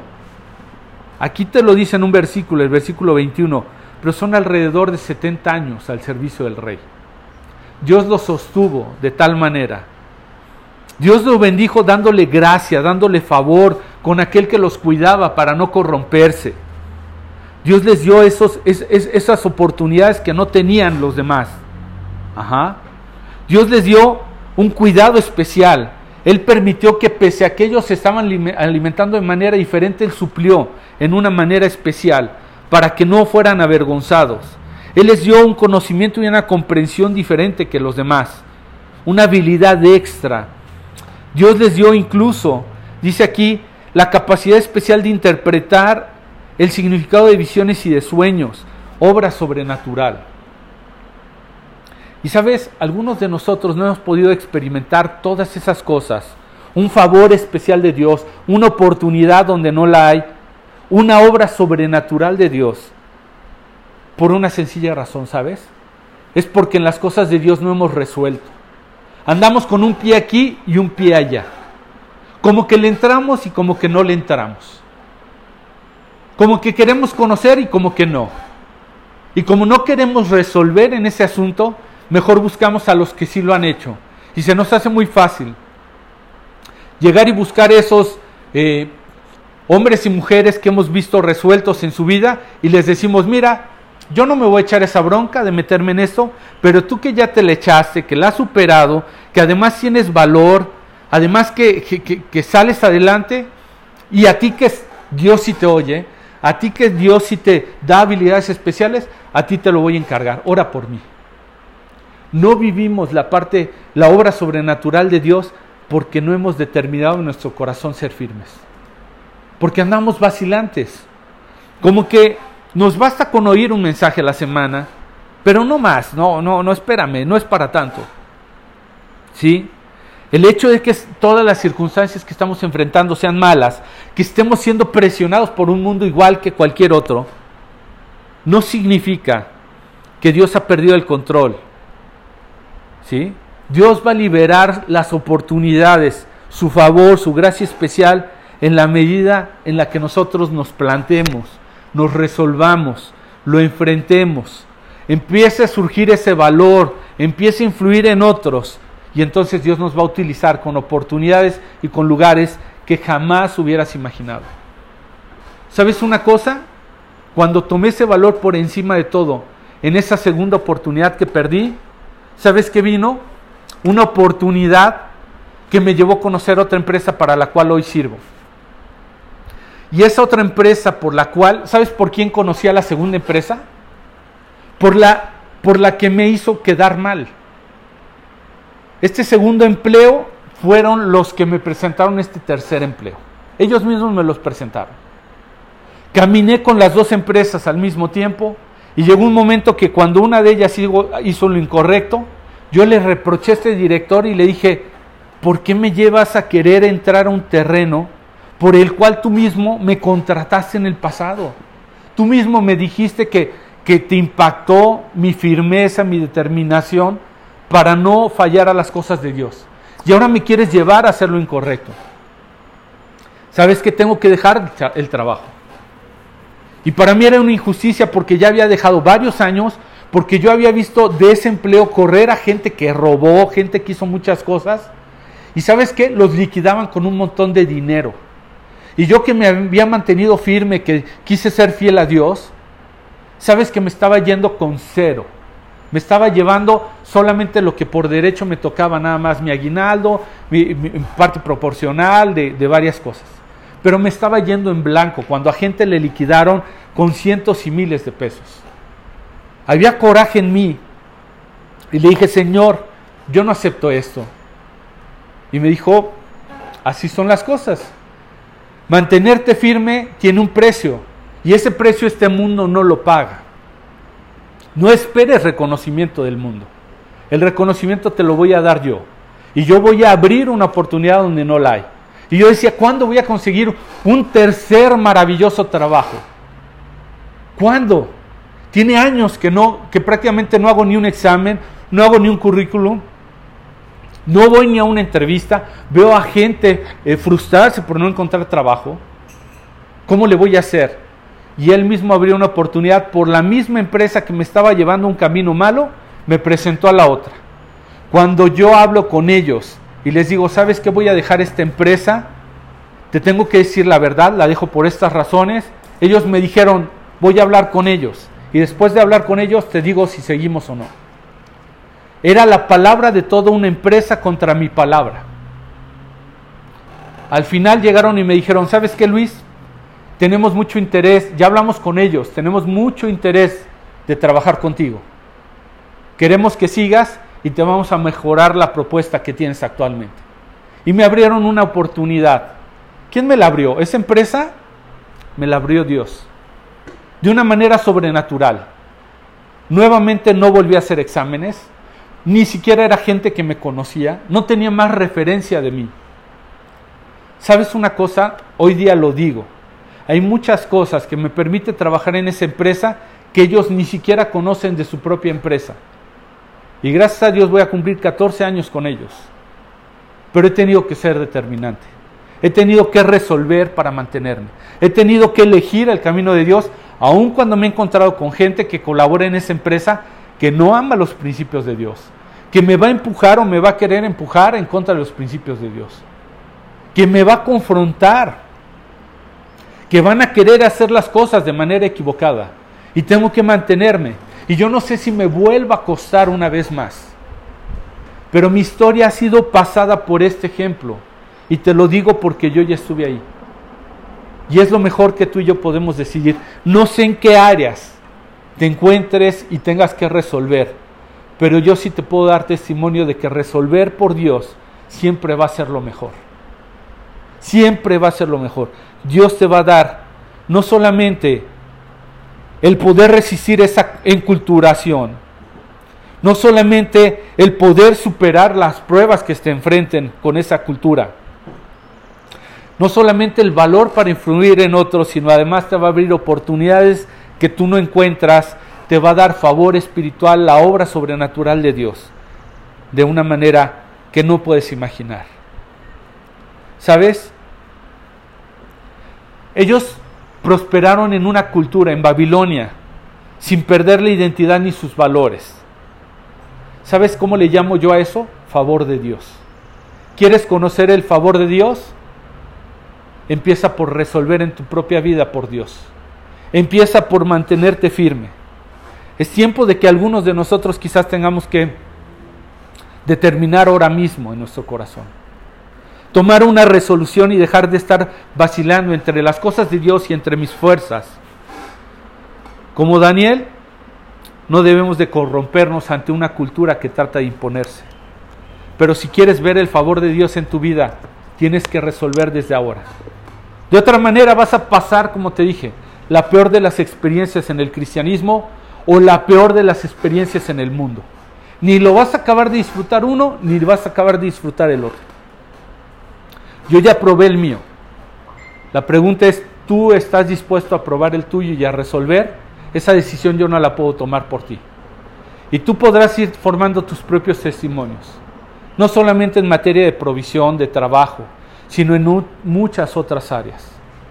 Aquí te lo dice en un versículo, el versículo veintiuno, pero son alrededor de setenta años al servicio del rey. Dios lo sostuvo de tal manera. Dios lo bendijo dándole gracia, dándole favor con aquel que los cuidaba para no corromperse. Dios les dio esos, es, es, esas oportunidades que no tenían los demás. Ajá. Dios les dio un cuidado especial. Él permitió que pese a que ellos se estaban alimentando de manera diferente, Él suplió en una manera especial para que no fueran avergonzados. Él les dio un conocimiento y una comprensión diferente que los demás, una habilidad extra. Dios les dio incluso, dice aquí, la capacidad especial de interpretar el significado de visiones y de sueños, obra sobrenatural. Y sabes, algunos de nosotros no hemos podido experimentar todas esas cosas, un favor especial de Dios, una oportunidad donde no la hay, una obra sobrenatural de Dios, por una sencilla razón, ¿sabes? Es porque en las cosas de Dios no hemos resuelto. Andamos con un pie aquí y un pie allá, como que le entramos y como que no le entramos, como que queremos conocer y como que no. Y como no queremos resolver en ese asunto, mejor buscamos a los que sí lo han hecho. Y se nos hace muy fácil llegar y buscar esos eh, hombres y mujeres que hemos visto resueltos en su vida y les decimos, mira, yo no me voy a echar esa bronca de meterme en esto, pero tú que ya te le echaste, que la has superado, que además tienes valor, además que, que, que, que sales adelante, y a ti que Dios sí te oye, A ti que Dios sí te da habilidades especiales, a ti te lo voy a encargar. Ora por mí. No vivimos la parte, la obra sobrenatural de Dios porque no hemos determinado en nuestro corazón ser firmes. Porque andamos vacilantes. Como que nos basta con oír un mensaje a la semana, pero no más. No, no, no, espérame, no es para tanto. ¿Sí? El hecho de que todas las circunstancias que estamos enfrentando sean malas, que estemos siendo presionados por un mundo igual que cualquier otro, no significa que Dios ha perdido el control. ¿Sí? Dios va a liberar las oportunidades, su favor, su gracia especial, en la medida en la que nosotros nos planteemos, nos resolvamos, lo enfrentemos, empiece a surgir ese valor, empiece a influir en otros, y entonces Dios nos va a utilizar con oportunidades y con lugares que jamás hubieras imaginado. ¿Sabes una cosa? Cuando tomé ese valor por encima de todo, en esa segunda oportunidad que perdí, ¿sabes qué vino? Una oportunidad que me llevó a conocer otra empresa para la cual hoy sirvo. Y esa otra empresa por la cual, ¿sabes por quién conocí a la segunda empresa? Por la, por la que me hizo quedar mal. Este segundo empleo fueron los que me presentaron este tercer empleo. Ellos mismos me los presentaron. Caminé con las dos empresas al mismo tiempo y llegó un momento que cuando una de ellas hizo lo incorrecto, yo le reproché a este director y le dije, ¿por qué me llevas a querer entrar a un terreno por el cual tú mismo me contrataste en el pasado? Tú mismo me dijiste que, que te impactó mi firmeza, mi determinación para no fallar a las cosas de Dios. Y ahora me quieres llevar a hacer lo incorrecto. ¿Sabes que tengo que dejar el trabajo? Y para mí era una injusticia porque ya había dejado varios años, porque yo había visto de ese empleo correr a gente que robó, gente que hizo muchas cosas. Y ¿sabes qué? Los liquidaban con un montón de dinero. Y yo que me había mantenido firme, que quise ser fiel a Dios, ¿sabes que me estaba yendo con cero? Me estaba llevando solamente lo que por derecho me tocaba, nada más mi aguinaldo, mi, mi parte proporcional de, de varias cosas. Pero me estaba yendo en blanco, cuando a gente le liquidaron con cientos y miles de pesos. Había coraje en mí. Y le dije, Señor, yo no acepto esto. Y me dijo, así son las cosas. Mantenerte firme tiene un precio. Y ese precio este mundo no lo paga. No esperes reconocimiento del mundo. El reconocimiento te lo voy a dar yo. Y yo voy a abrir una oportunidad donde no la hay. Y yo decía, ¿cuándo voy a conseguir un tercer maravilloso trabajo? ¿Cuándo? Tiene años que no, que prácticamente no hago ni un examen, no hago ni un currículum, no voy ni a una entrevista, veo a gente eh, frustrarse por no encontrar trabajo. ¿Cómo le voy a hacer? Y él mismo abrió una oportunidad por la misma empresa que me estaba llevando un camino malo, me presentó a la otra. Cuando yo hablo con ellos y les digo, ¿sabes qué? Voy a dejar esta empresa, te tengo que decir la verdad, la dejo por estas razones. Ellos me dijeron, voy a hablar con ellos. Y después de hablar con ellos, te digo si seguimos o no. Era la palabra de toda una empresa contra mi palabra. Al final llegaron y me dijeron, ¿sabes qué, Luis? Tenemos mucho interés, ya hablamos con ellos, tenemos mucho interés de trabajar contigo. Queremos que sigas y te vamos a mejorar la propuesta que tienes actualmente. Y me abrieron una oportunidad. ¿Quién me la abrió? ¿Esa empresa? Me la abrió Dios. De una manera sobrenatural. Nuevamente no volví a hacer exámenes, ni siquiera era gente que me conocía, no tenía más referencia de mí. ¿Sabes una cosa? Hoy día lo digo. Hay muchas cosas que me permite trabajar en esa empresa que ellos ni siquiera conocen de su propia empresa. Y gracias a Dios voy a cumplir catorce años con ellos. Pero he tenido que ser determinante. He tenido que resolver para mantenerme. He tenido que elegir el camino de Dios, aun cuando me he encontrado con gente que colabora en esa empresa que no ama los principios de Dios, que me va a empujar o me va a querer empujar en contra de los principios de Dios, que me va a confrontar, que van a querer hacer las cosas de manera equivocada y tengo que mantenerme. Y yo no sé si me vuelva a costar una vez más, pero mi historia ha sido pasada por este ejemplo y te lo digo porque yo ya estuve ahí. Y es lo mejor que tú y yo podemos decidir. No sé en qué áreas te encuentres y tengas que resolver, pero yo sí te puedo dar testimonio de que resolver por Dios siempre va a ser lo mejor. Siempre va a ser lo mejor. Dios te va a dar no solamente el poder resistir esa enculturación, no solamente el poder superar las pruebas que te enfrenten con esa cultura, no solamente el valor para influir en otros, sino además te va a abrir oportunidades que tú no encuentras, te va a dar favor espiritual, la obra sobrenatural de Dios, de una manera que no puedes imaginar. ¿Sabes? Ellos prosperaron en una cultura, en Babilonia, sin perder la identidad ni sus valores. ¿Sabes cómo le llamo yo a eso? Favor de Dios. ¿Quieres conocer el favor de Dios? Empieza por resolver en tu propia vida por Dios. Empieza por mantenerte firme. Es tiempo de que algunos de nosotros quizás tengamos que determinar ahora mismo en nuestro corazón. Tomar una resolución y dejar de estar vacilando entre las cosas de Dios y entre mis fuerzas. Como Daniel, no debemos de corrompernos ante una cultura que trata de imponerse. Pero si quieres ver el favor de Dios en tu vida, tienes que resolver desde ahora. De otra manera vas a pasar, como te dije, la peor de las experiencias en el cristianismo o la peor de las experiencias en el mundo. Ni lo vas a acabar de disfrutar uno, ni vas a acabar de disfrutar el otro. Yo ya probé el mío. La pregunta es, ¿tú estás dispuesto a probar el tuyo y a resolver? Esa decisión yo no la puedo tomar por ti. Y tú podrás ir formando tus propios testimonios. No solamente en materia de provisión, de trabajo, sino en muchas otras áreas.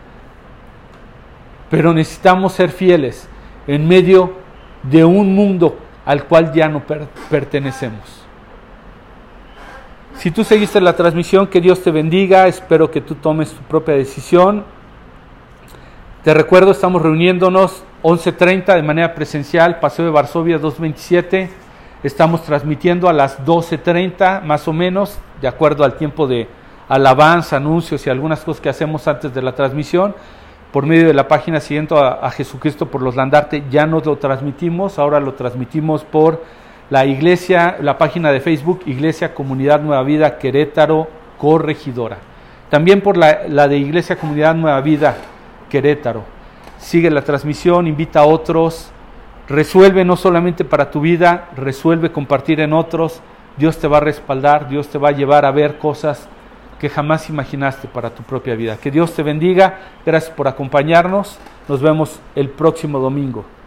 Pero necesitamos ser fieles en medio de un mundo al cual ya no per- pertenecemos. Si tú seguiste la transmisión, que Dios te bendiga. Espero que tú tomes tu propia decisión. Te recuerdo, estamos reuniéndonos once treinta de manera presencial, Paseo de Varsovia doscientos veintisiete. Estamos transmitiendo a las doce treinta, más o menos, de acuerdo al tiempo de alabanza, anuncios y algunas cosas que hacemos antes de la transmisión. Por medio de la página Siguiendo a, a Jesucristo por los Landarte, ya no lo transmitimos, ahora lo transmitimos por la iglesia, la página de Facebook, Iglesia Comunidad Nueva Vida Querétaro Corregidora. También por la, la de Iglesia Comunidad Nueva Vida Querétaro. Sigue la transmisión, invita a otros, resuelve no solamente para tu vida, resuelve compartir en otros. Dios te va a respaldar, Dios te va a llevar a ver cosas que jamás imaginaste para tu propia vida. Que Dios te bendiga, gracias por acompañarnos, nos vemos el próximo domingo.